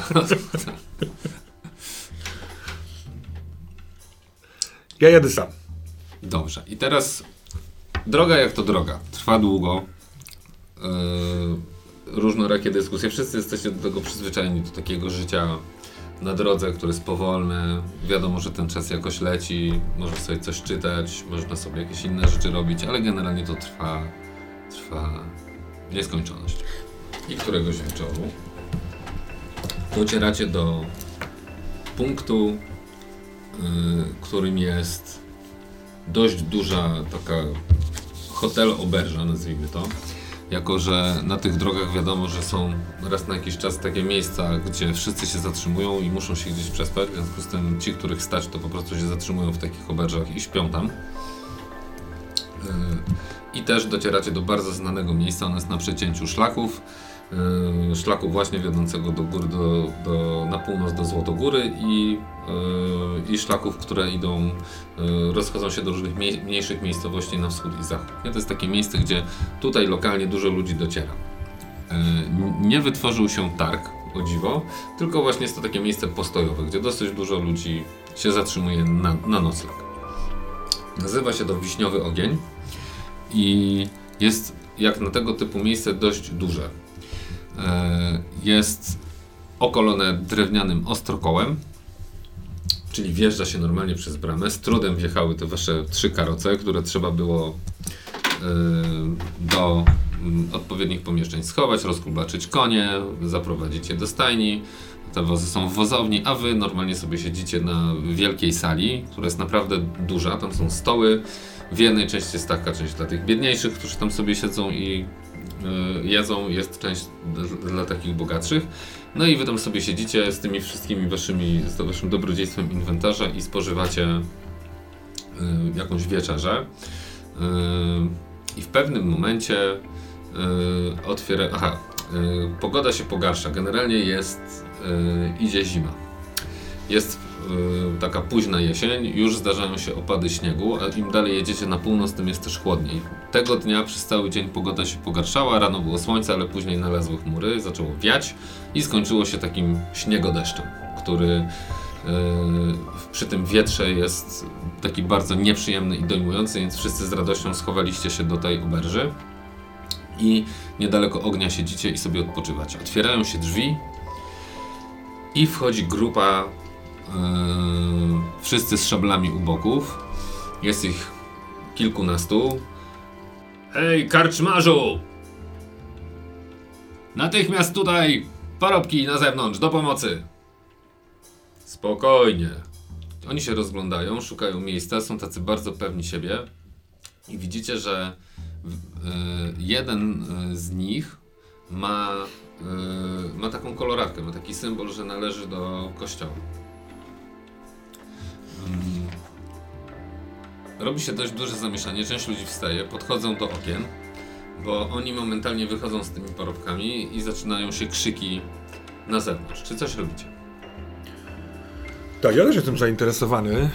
Ja jadę sam. Dobrze. I teraz droga jak to droga. Trwa długo. Yy, różnorakie dyskusje. Wszyscy jesteście do tego przyzwyczajeni, do takiego życia na drodze, które jest powolne. Wiadomo, że ten czas jakoś leci. Można sobie coś czytać, można sobie jakieś inne rzeczy robić, ale generalnie to trwa, trwa w nieskończoność. I któregoś wieczoru docieracie do punktu, yy, którym jest dość duża taka hotel oberża, nazwijmy to. Jako że na tych drogach wiadomo, że są raz na jakiś czas takie miejsca, gdzie wszyscy się zatrzymują i muszą się gdzieś przespać, w związku z tym ci, których stać, to po prostu się zatrzymują w takich oberżach i śpią tam. Yy, I też docieracie do bardzo znanego miejsca, ono jest na przecięciu szlaków. Yy, szlaku właśnie wiodącego do góry, do, do, na północ do Złotogóry i, yy, i szlaków, które idą, yy, rozchodzą się do różnych mniej, mniejszych miejscowości na wschód i zachód. I to jest takie miejsce, gdzie tutaj lokalnie dużo ludzi dociera. Yy, nie wytworzył się targ, o dziwo, tylko właśnie jest to takie miejsce postojowe, gdzie dosyć dużo ludzi się zatrzymuje na, na nocleg. Nazywa się to Wiśniowy Ogień i jest jak na tego typu miejsce dość duże. Jest okolone drewnianym ostrokołem, czyli wjeżdża się normalnie przez bramę. Z trudem wjechały te wasze trzy karoce, które trzeba było do mm, odpowiednich pomieszczeń schować, rozklubaczyć konie, zaprowadzić je do stajni. Te wozy są w wozowni, a wy normalnie sobie siedzicie na wielkiej sali, która jest naprawdę duża. Tam są stoły. W jednej części jest taka część dla tych biedniejszych, którzy tam sobie siedzą i y, jedzą. Jest część dla, dla takich bogatszych. No i wy tam sobie siedzicie z tymi wszystkimi waszymi, z waszym dobrodziejstwem inwentarza i spożywacie y, jakąś wieczerzę. Y, I w pewnym momencie y, otwiera... Aha, y, pogoda się pogarsza. Generalnie jest... Yy, idzie zima. Jest yy, taka późna jesień, już zdarzają się opady śniegu, a im dalej jedziecie na północ, tym jest też chłodniej. Tego dnia przez cały dzień pogoda się pogarszała, rano było słońce, ale później nalazły chmury, zaczęło wiać i skończyło się takim śniegodeszczem, który yy, przy tym wietrze jest taki bardzo nieprzyjemny i dojmujący, więc wszyscy z radością schowaliście się do tej oberży i niedaleko ognia siedzicie i sobie odpoczywacie. Otwierają się drzwi i wchodzi grupa, yy, wszyscy z szablami u boków. Jest ich kilkunastu. Ej, karczmarzu! Natychmiast tutaj! Parobki na zewnątrz, do pomocy! Spokojnie. Oni się rozglądają, szukają miejsca, są tacy bardzo pewni siebie. I widzicie, że yy, jeden z nich ma... Yy, ma taką koloratkę, ma taki symbol, że należy do kościoła. Yy. Robi się dość duże zamieszanie, część ludzi wstaje, podchodzą do okien, bo oni momentalnie wychodzą z tymi parobkami i zaczynają się krzyki na zewnątrz. Czy coś robicie? Tak, ja też jestem zainteresowany. Yy,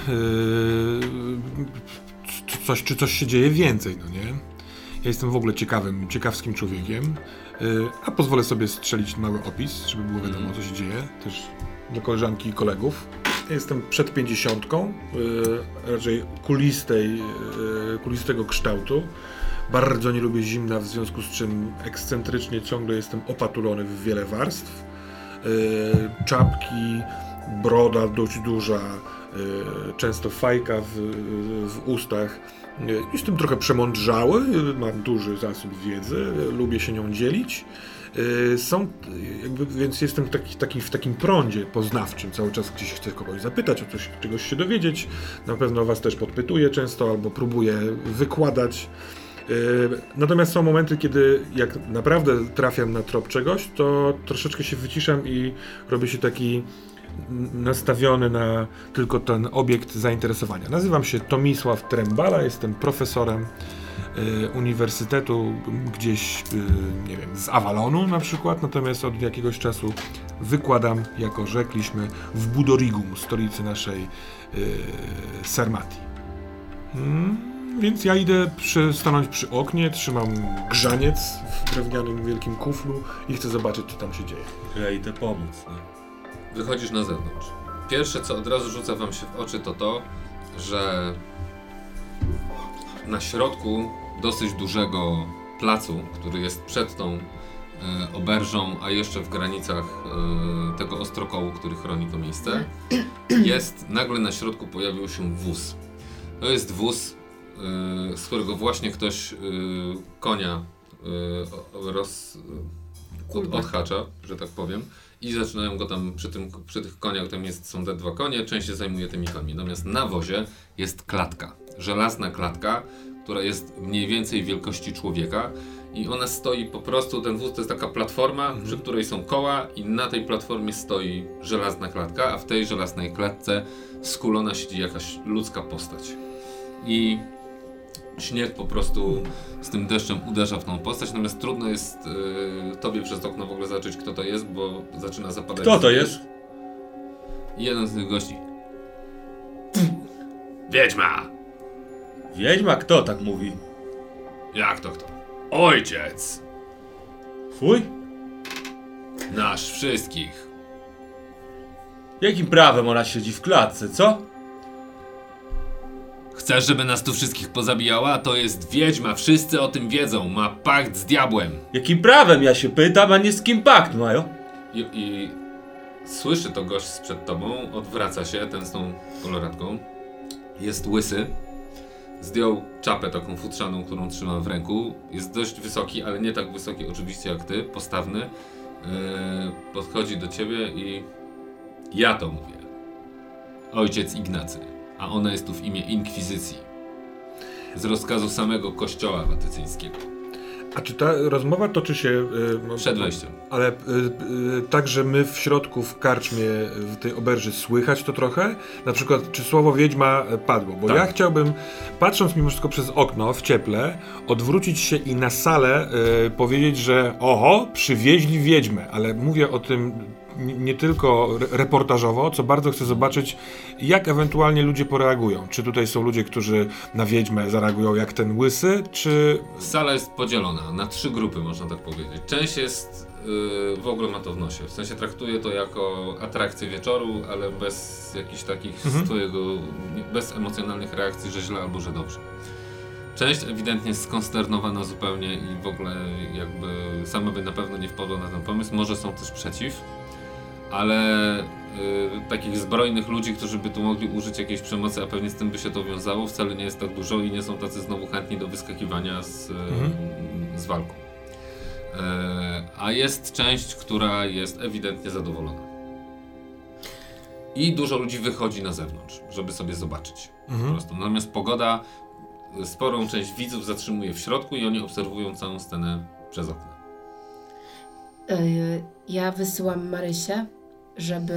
czy, coś, czy coś się dzieje więcej, no nie? Ja jestem w ogóle ciekawym, ciekawskim człowiekiem, yy, a pozwolę sobie strzelić mały opis, żeby było wiadomo, co się dzieje, też dla koleżanki i kolegów. Ja jestem przed pięćdziesiątką, yy, raczej kulistej, yy, kulistego kształtu. Bardzo nie lubię zimna, w związku z czym ekscentrycznie ciągle jestem opatulony w wiele warstw. Yy, czapki, broda dość duża, yy, często fajka w, w ustach. Jestem trochę przemądrzały, mam duży zasób wiedzy, lubię się nią dzielić. Są, jakby, więc jestem taki, taki, w takim prądzie poznawczym, cały czas gdzieś chcę kogoś zapytać o coś, czegoś się dowiedzieć. Na pewno was też podpytuję często albo próbuję wykładać. Natomiast są momenty, kiedy jak naprawdę trafiam na trop czegoś, to troszeczkę się wyciszam i robię się taki nastawiony na tylko ten obiekt zainteresowania. Nazywam się Tomisław Trembala, jestem profesorem y, uniwersytetu gdzieś, y, nie wiem, z Avalonu na przykład, natomiast od jakiegoś czasu wykładam, jako rzekliśmy, w Budorigum, stolicy naszej y, Sarmatii. Hmm, więc ja idę przy, stanąć przy oknie, trzymam grzaniec w drewnianym wielkim kuflu i chcę zobaczyć, co tam się dzieje. Ja idę pomóc. No. Wychodzisz na zewnątrz. Pierwsze, co od razu rzuca wam się w oczy, to to, że na środku dosyć dużego placu, który jest przed tą y, oberżą, a jeszcze w granicach y, tego ostrokołu, który chroni to miejsce, jest, nagle na środku pojawił się wóz. To jest wóz, y, z którego właśnie ktoś y, konia y, roz, od, odhacza, że tak powiem. I zaczynają go tam przy, tym, przy tych koniach, tam jest, są te dwa konie, część się zajmuje tymi końmi. Natomiast na wozie jest klatka, żelazna klatka, która jest mniej więcej wielkości człowieka i ona stoi po prostu, ten wóz to jest taka platforma, mhm. przy której są koła i na tej platformie stoi żelazna klatka, a w tej żelaznej klatce skulona siedzi jakaś ludzka postać. I śnieg po prostu z tym deszczem uderza w tą postać, natomiast trudno jest yy, tobie przez okno w ogóle zobaczyć, kto to jest, bo zaczyna zapadać. Kto to jest? I jeden z tych gości. Wiedźma! Wiedźma? Kto tak mówi? Jak to kto? Ojciec! Twój? Nasz wszystkich. Jakim prawem ona siedzi w klatce, co? Chcesz, żeby nas tu wszystkich pozabijała? To jest wiedźma, wszyscy o tym wiedzą, ma pakt z diabłem. Jakim prawem, ja się pytam, a nie z kim pakt mają? I, i słyszy to gość sprzed tobą, odwraca się, ten z tą koloratką. Jest łysy, zdjął czapę taką futrzaną, którą trzyma w ręku. Jest dość wysoki, ale nie tak wysoki oczywiście jak ty, postawny. Yy, podchodzi do ciebie i ja to mówię. Ojciec Ignacy, a ona jest tu w imię Inkwizycji. Z rozkazu samego Kościoła Watycyńskiego. A czy ta rozmowa toczy się... Yy, Przed wejściem. Ale yy, yy, tak, że my w środku, w karczmie, w tej oberży słychać to trochę? Na przykład, czy słowo wiedźma padło? Bo tak. ja chciałbym, patrząc mimo wszystko przez okno, w cieple, odwrócić się i na salę yy, powiedzieć, że oho, przywieźli wiedźmę. Ale mówię o tym nie tylko reportażowo, co bardzo chcę zobaczyć, jak ewentualnie ludzie poreagują. Czy tutaj są ludzie, którzy na wiedźmę zareagują jak ten łysy, czy... Sala jest podzielona na trzy grupy, można tak powiedzieć. Część jest, yy, w ogóle ma to w nosie. W sensie traktuje to jako atrakcję wieczoru, ale bez jakichś takich Mhm. twojego, bez emocjonalnych reakcji, że źle albo że dobrze. Część ewidentnie jest skonsternowana zupełnie i w ogóle jakby sama by na pewno nie wpadła na ten pomysł. Może są też przeciw. Ale y, takich zbrojnych ludzi, którzy by tu mogli użyć jakiejś przemocy, a pewnie z tym by się to wiązało, wcale nie jest tak dużo i nie są tacy znowu chętni do wyskakiwania z, Mhm. y, z walką. Y, a jest część, która jest ewidentnie zadowolona. I dużo ludzi wychodzi na zewnątrz, żeby sobie zobaczyć. Mhm. Po prostu. Natomiast pogoda sporą część widzów zatrzymuje w środku i oni obserwują całą scenę przez okno. Yy, ja wysyłam Marysię, żeby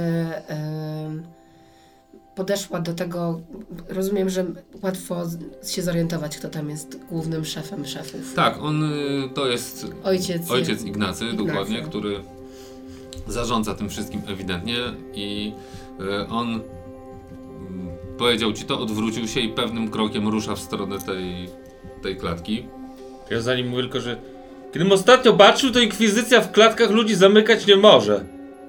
yy, podeszła do tego. Rozumiem, że łatwo z- się zorientować, kto tam jest głównym szefem szefów. Tak, on y, to jest Ojciec. ojciec Ignacy, Ignacy. dokładnie, który zarządza tym wszystkim ewidentnie i y, on mm, powiedział ci to, odwrócił się i pewnym krokiem rusza w stronę tej, tej klatki. Ja za nim mówię tylko, że kiedym ostatnio patrzył, to inkwizycja w klatkach ludzi zamykać nie może.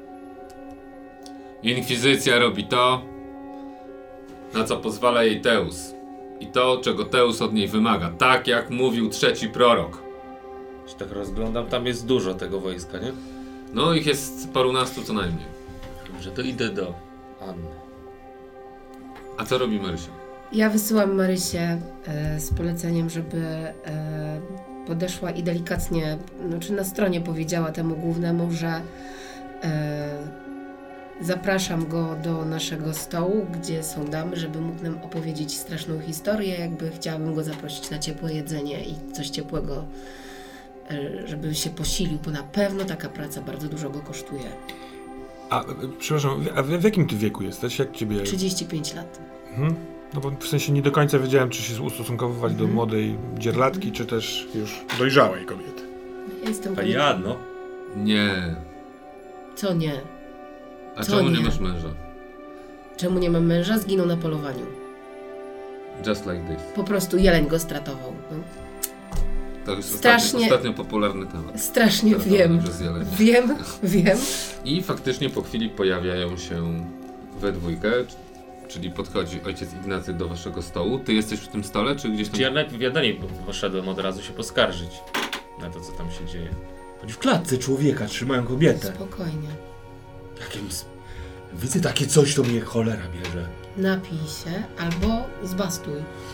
Inkwizycja robi to, na co pozwala jej Teus. I to, czego Teus od niej wymaga. Tak jak mówił trzeci prorok. Się tak rozglądam, tam jest dużo tego wojska, nie? No ich jest parunastu co najmniej. Dobrze, to idę do Anny. A co robi Marysia? Ja wysyłam Marysię e, z poleceniem, żeby e, podeszła i delikatnie, znaczy na stronie powiedziała temu głównemu, że e, zapraszam go do naszego stołu, gdzie są damy, żeby mógł nam opowiedzieć straszną historię, jakby chciałabym go zaprosić na ciepłe jedzenie i coś ciepłego, e, żeby się posilił, bo na pewno taka praca bardzo dużo go kosztuje. A, y, przepraszam, a w, w jakim ty wieku jesteś? Jak ciebie... trzydzieści pięć lat. Mhm. No bo w sensie nie do końca wiedziałem, czy się ustosunkowywać Mhm. do młodej dzierlatki, czy też już dojrzałej kobiety. Ja jestem A kobietą. ja, no. Nie. Co nie? A Co czemu nie nie? masz męża? Czemu nie mam męża? Zginął na polowaniu. Just like this. Po prostu jeleń go stratował. No. To jest Strasznie- ostatnio, ostatnio popularny temat. Strasznie Ratowany wiem. przez jelenia. Wiem, wiem. I faktycznie po chwili pojawiają się we dwójkę, c- czyli podchodzi ojciec Ignacy do waszego stołu. Ty jesteś przy tym stole, czy gdzieś tam? Czy ja najpierw ja do niej poszedłem od razu się poskarżyć na to, co tam się dzieje. Oni w klatce człowieka trzymają kobietę. Spokojnie. Jakim... s- Widzę takie coś, to mnie cholera bierze. Napij się albo zbastuj.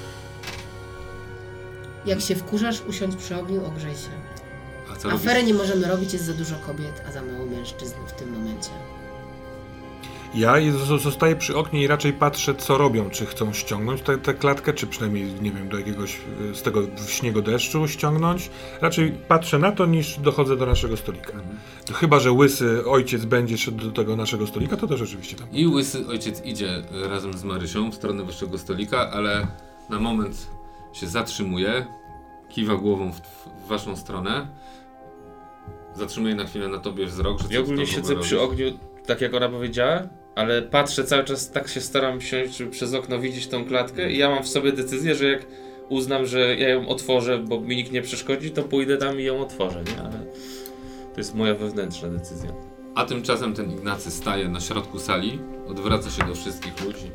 Jak się wkurzasz, usiądź przy ogniu, ogrzej się. A co Afery robisz? nie możemy robić, jest za dużo kobiet, a za mało mężczyzn w tym momencie. Ja je- zo- zostaję przy oknie i raczej patrzę, co robią. Czy chcą ściągnąć tę tę klatkę, czy przynajmniej, nie wiem, do jakiegoś y, z tego śniego-deszczu ściągnąć. Raczej patrzę na to, niż dochodzę do naszego stolika. To chyba że łysy ojciec będzie szedł do tego naszego stolika, to też oczywiście tam. I łysy ojciec idzie y, razem z Marysią w stronę waszego stolika, ale na moment się zatrzymuje, kiwa głową w, w waszą stronę, zatrzymuje na chwilę na tobie wzrok, że co Ja ogólnie ty tam w siedzę ogóle przy robisz? ogniu, tak jak ona powiedziała, ale patrzę cały czas, tak się staram siąść, żeby przez okno widzieć tą klatkę i ja mam w sobie decyzję, że jak uznam, że ja ją otworzę, bo mi nikt nie przeszkodzi, to pójdę tam i ją otworzę, nie? Ale to jest moja wewnętrzna decyzja. A tymczasem ten Ignacy staje na środku sali, odwraca się do wszystkich ludzi.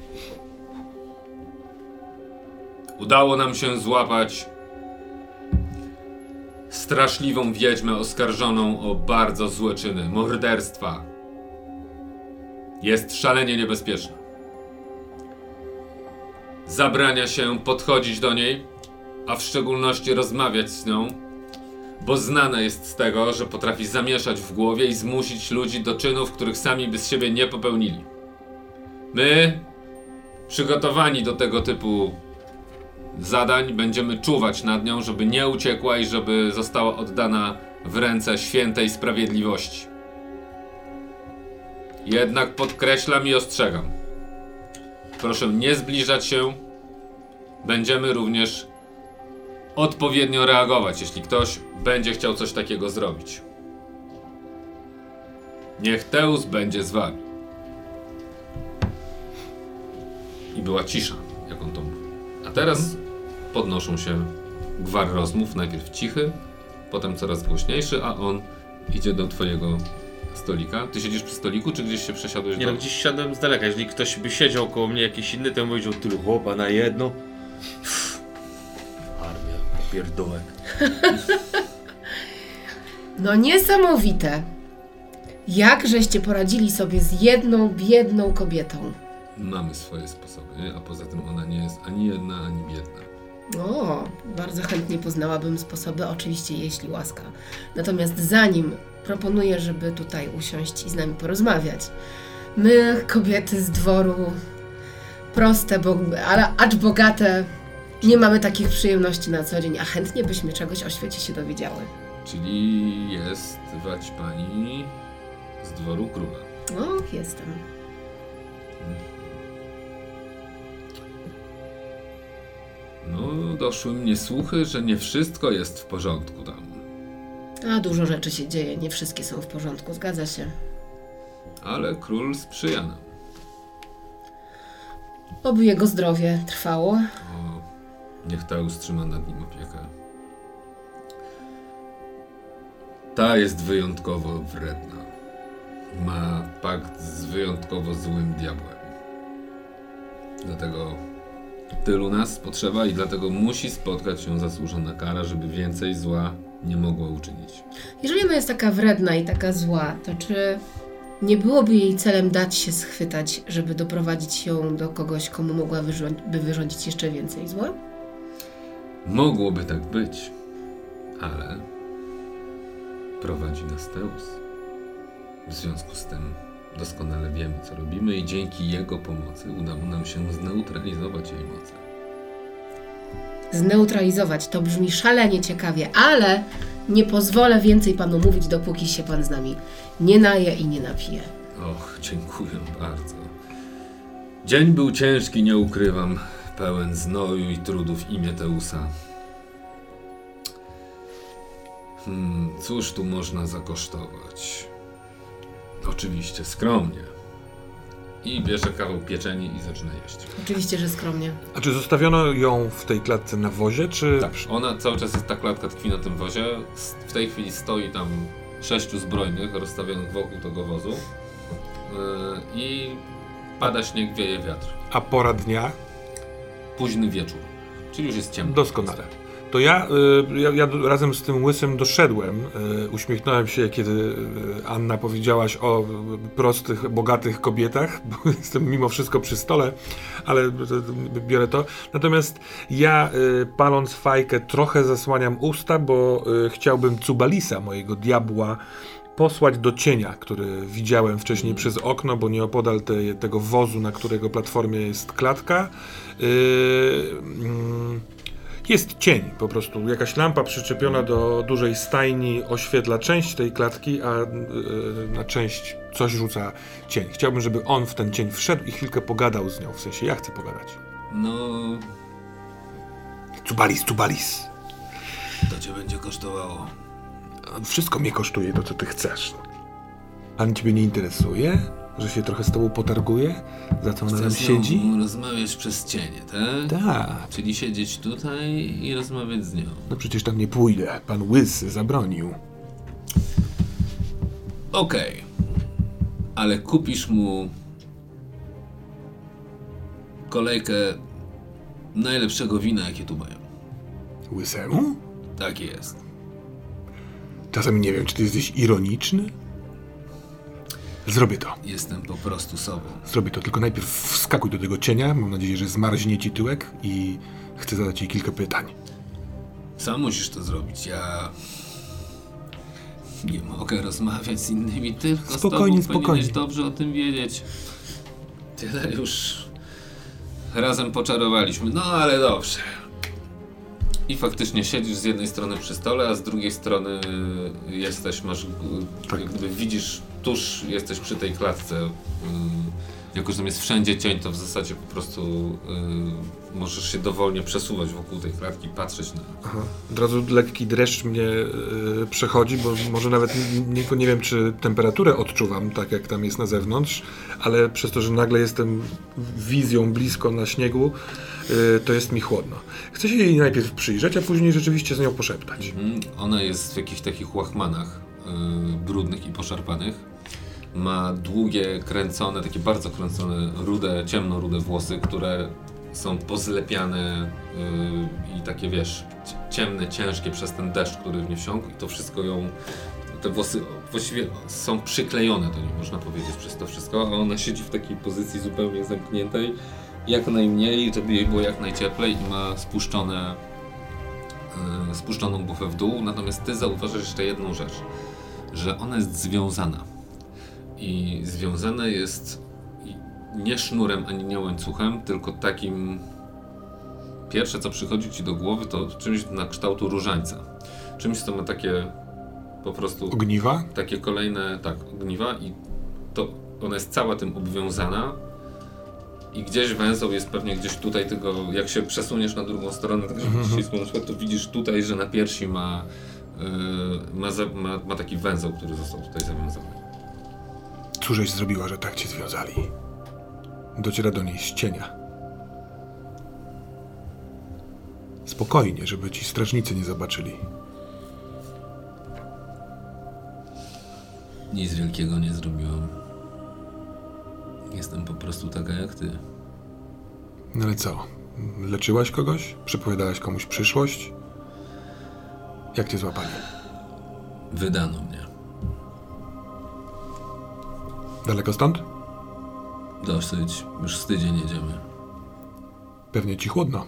Udało nam się złapać straszliwą wiedźmę oskarżoną o bardzo złe czyny, morderstwa. Jest szalenie niebezpieczna. zabrania się podchodzić do niej, a w szczególności rozmawiać z nią, bo znana jest z tego, że potrafi zamieszać w głowie i zmusić ludzi do czynów, których sami by z siebie nie popełnili. My, przygotowani do tego typu zadań, będziemy czuwać nad nią, żeby nie uciekła i żeby została oddana w ręce świętej sprawiedliwości. Jednak podkreślam i ostrzegam. Proszę nie zbliżać się. Będziemy również odpowiednio reagować, jeśli ktoś będzie chciał coś takiego zrobić. Niech Teus będzie z wami. I była cisza, jak on to mówił. A teraz podnoszą się gwar rozmów, najpierw cichy, potem coraz głośniejszy, a on idzie do twojego stolika. Ty siedzisz przy stoliku, czy gdzieś się przesiadłeś? Nie do... no, gdzieś siadłem z daleka. Jeżeli ktoś by siedział koło mnie, jakiś inny, to bym powiedział, tylu chłopa na jedno. Pff, armia popierdolek. No niesamowite. Jak żeście poradzili sobie z jedną biedną kobietą? Mamy swoje sposoby, a poza tym ona nie jest ani jedna, ani biedna. O, bardzo chętnie poznałabym sposoby, oczywiście jeśli łaska. Natomiast zanim proponuję, żeby tutaj usiąść i z nami porozmawiać, my, kobiety z dworu, proste, bo, ale acz bogate, nie mamy takich przyjemności na co dzień, a chętnie byśmy czegoś o świecie się dowiedziały. Czyli jest wać pani z dworu króla. O, jestem. No, doszły mnie słuchy, że nie wszystko jest w porządku tam. A dużo rzeczy się dzieje, nie wszystkie są w porządku, zgadza się. Ale król sprzyja nam. Oby jego zdrowie trwało. O, niech Teus trzyma nad nim opiekę. Ta jest wyjątkowo wredna. Ma pakt z wyjątkowo złym diabłem. Dlatego tylu nas potrzeba i dlatego musi spotkać się zasłużona kara, żeby więcej zła nie mogła uczynić. Jeżeli ona jest taka wredna i taka zła, to czy nie byłoby jej celem dać się schwytać, żeby doprowadzić ją do kogoś, komu mogłaby wyrządzić, wyrządzić jeszcze więcej zła? Mogłoby tak być, ale prowadzi nas Teus. W związku z tym doskonale wiemy, co robimy i dzięki jego pomocy udało nam się zneutralizować jej moce. Zneutralizować to brzmi szalenie ciekawie, ale nie pozwolę więcej panu mówić, dopóki się pan z nami nie naje i nie napije. Och, dziękuję bardzo. Dzień był ciężki, nie ukrywam, pełen znoju i trudu w imię Teusa. Hmm, cóż tu można zakosztować? Oczywiście skromnie. I bierze kawał pieczeni i zaczyna jeść. Oczywiście, że skromnie. A czy zostawiono ją w tej klatce na wozie, czy... Tak, ona cały czas jest, ta klatka tkwi na tym wozie. W tej chwili stoi tam sześciu zbrojnych rozstawionych wokół tego wozu. Yy, I pada śnieg, wieje wiatr. A pora dnia? Późny wieczór, czyli już jest ciemno. Doskonale. To ja, y, ja, ja razem z tym łysym doszedłem, y, uśmiechnąłem się, kiedy y, Anna powiedziałaś o y, prostych, bogatych kobietach, bo jestem mimo wszystko przy stole, ale y, y, biorę to. Natomiast ja, y, paląc fajkę, trochę zasłaniam usta, bo y, chciałbym Cubalisa, mojego diabła, posłać do cienia, który widziałem wcześniej mm. przez okno, bo nieopodal te, tego wozu, na którego platformie jest klatka, yy, yy, jest cień po prostu. Jakaś lampa przyczepiona do dużej stajni oświetla część tej klatki, a yy, na część coś rzuca cień. Chciałbym, żeby on w ten cień wszedł i chwilkę pogadał z nią. W sensie, ja chcę pogadać. No... Cubalis, Cubalis. To cię będzie kosztowało. Wszystko mnie kosztuje to, co ty chcesz. Ani ciebie nie interesuje? Że się trochę z tobą potarguje? Za co ona tam siedzi? Rozmawiać przez cienie, tak? Tak. Czyli siedzieć tutaj i rozmawiać z nią. No przecież tam nie pójdę. Pan Łysy zabronił. Okej. Okay. Ale kupisz mu kolejkę najlepszego wina, jakie tu mają. Łysemu? Tak jest. Czasem nie wiem, czy ty jesteś ironiczny? Zrobię to. Jestem po prostu sobą. Zrobię to, tylko najpierw wskakuj do tego cienia. Mam nadzieję, że zmarznie ci tyłek i chcę zadać ci kilka pytań. Sam musisz to zrobić. Ja nie mogę rozmawiać z innymi, tylko Spokojnie, z tobą. spokojnie. Powinieneś dobrze o tym wiedzieć. Tyle już razem poczarowaliśmy. No ale dobrze. I faktycznie siedzisz z jednej strony przy stole, a z drugiej strony jesteś, masz, Tak. jak gdyby widzisz tuż, jesteś przy tej klatce. Jako że tam jest wszędzie cień, to w zasadzie po prostu y, możesz się dowolnie przesuwać wokół tej klatki, patrzeć na... Aha. Od razu lekki dreszcz mnie y, przechodzi, bo może nawet nie, nie wiem, czy temperaturę odczuwam, tak jak tam jest na zewnątrz, ale przez to, że nagle jestem wizją blisko na śniegu, y, to jest mi chłodno. Chcę się jej najpierw przyjrzeć, a później rzeczywiście z nią poszeptać. Mhm. Ona jest w jakichś takich łachmanach y, brudnych i poszarpanych. Ma długie, kręcone, takie bardzo kręcone, rude, ciemno-rude włosy, które są pozlepiane yy, i takie, wiesz, ciemne, ciężkie przez ten deszcz, który w nie wsiąkł i to wszystko ją, te włosy właściwie są przyklejone do niej, można powiedzieć, przez to wszystko, a ona siedzi w takiej pozycji zupełnie zamkniętej, jak najmniej, żeby jej było jak najcieplej i ma spuszczone, yy, spuszczoną bufę w dół, natomiast ty zauważasz jeszcze jedną rzecz, że ona jest związana. I związane jest nie sznurem ani nie łańcuchem, tylko takim, pierwsze co przychodzi ci do głowy, to czymś na kształtu różańca. Czymś co ma takie po prostu... Ogniwa? Takie kolejne, tak, ogniwa i to ona jest cała tym obwiązana i gdzieś węzeł jest pewnie gdzieś tutaj, tylko jak się przesuniesz na drugą stronę, tak żeby mm-hmm. ścisnąć, to widzisz tutaj, że na piersi ma, yy, ma, za, ma, ma taki węzeł, który został tutaj zawiązany. Cóżeś zrobiła, że tak cię związali? Dociera do niej z cienia. Spokojnie, żeby ci strażnicy nie zobaczyli. Nic wielkiego nie zrobiłam. Jestem po prostu taka jak ty. No ale co? Leczyłaś kogoś? Przepowiadałaś komuś przyszłość? Jak cię złapali? Wydano mnie. Daleko stąd? Dosyć. Już z tydzień jedziemy. Pewnie ci chłodno.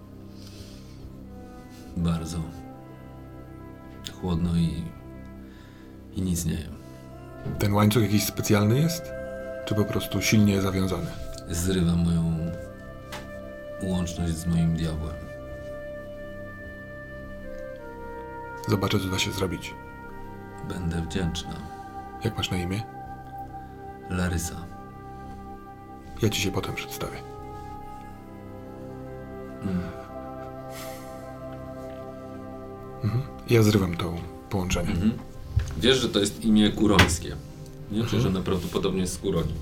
Bardzo. Chłodno i... i nic nie jem. Ten łańcuch jakiś specjalny jest? Czy po prostu silnie zawiązany? Zrywa moją łączność z moim diabłem. Zobaczę, co da się zrobić. Będę wdzięczna. Jak masz na imię? Larysa. Ja ci się potem przedstawię. Mm. Mhm. Ja zrywam to połączenie. Mhm. Wiesz, że to jest imię kurońskie. Nie? Mhm. Czyli, że ona prawdopodobnie jest z Kuronii.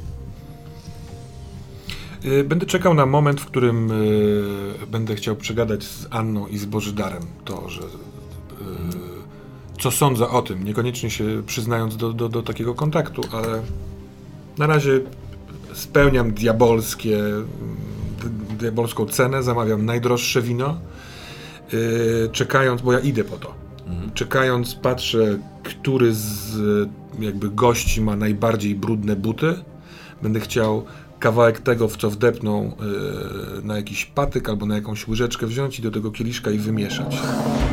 Yy, Będę czekał na moment, w którym yy, będę chciał przegadać z Anną i z Bożydarem to, że yy, co sądzę o tym, niekoniecznie się przyznając do, do, do takiego kontaktu, ale na razie spełniam diabolskie, di- diabolską cenę, zamawiam najdroższe wino, yy, czekając, bo ja idę po to. Mhm. Czekając, patrzę, który z jakby gości ma najbardziej brudne buty. Będę chciał kawałek tego, w co wdepną yy, na jakiś patyk albo na jakąś łyżeczkę wziąć i do tego kieliszka i wymieszać.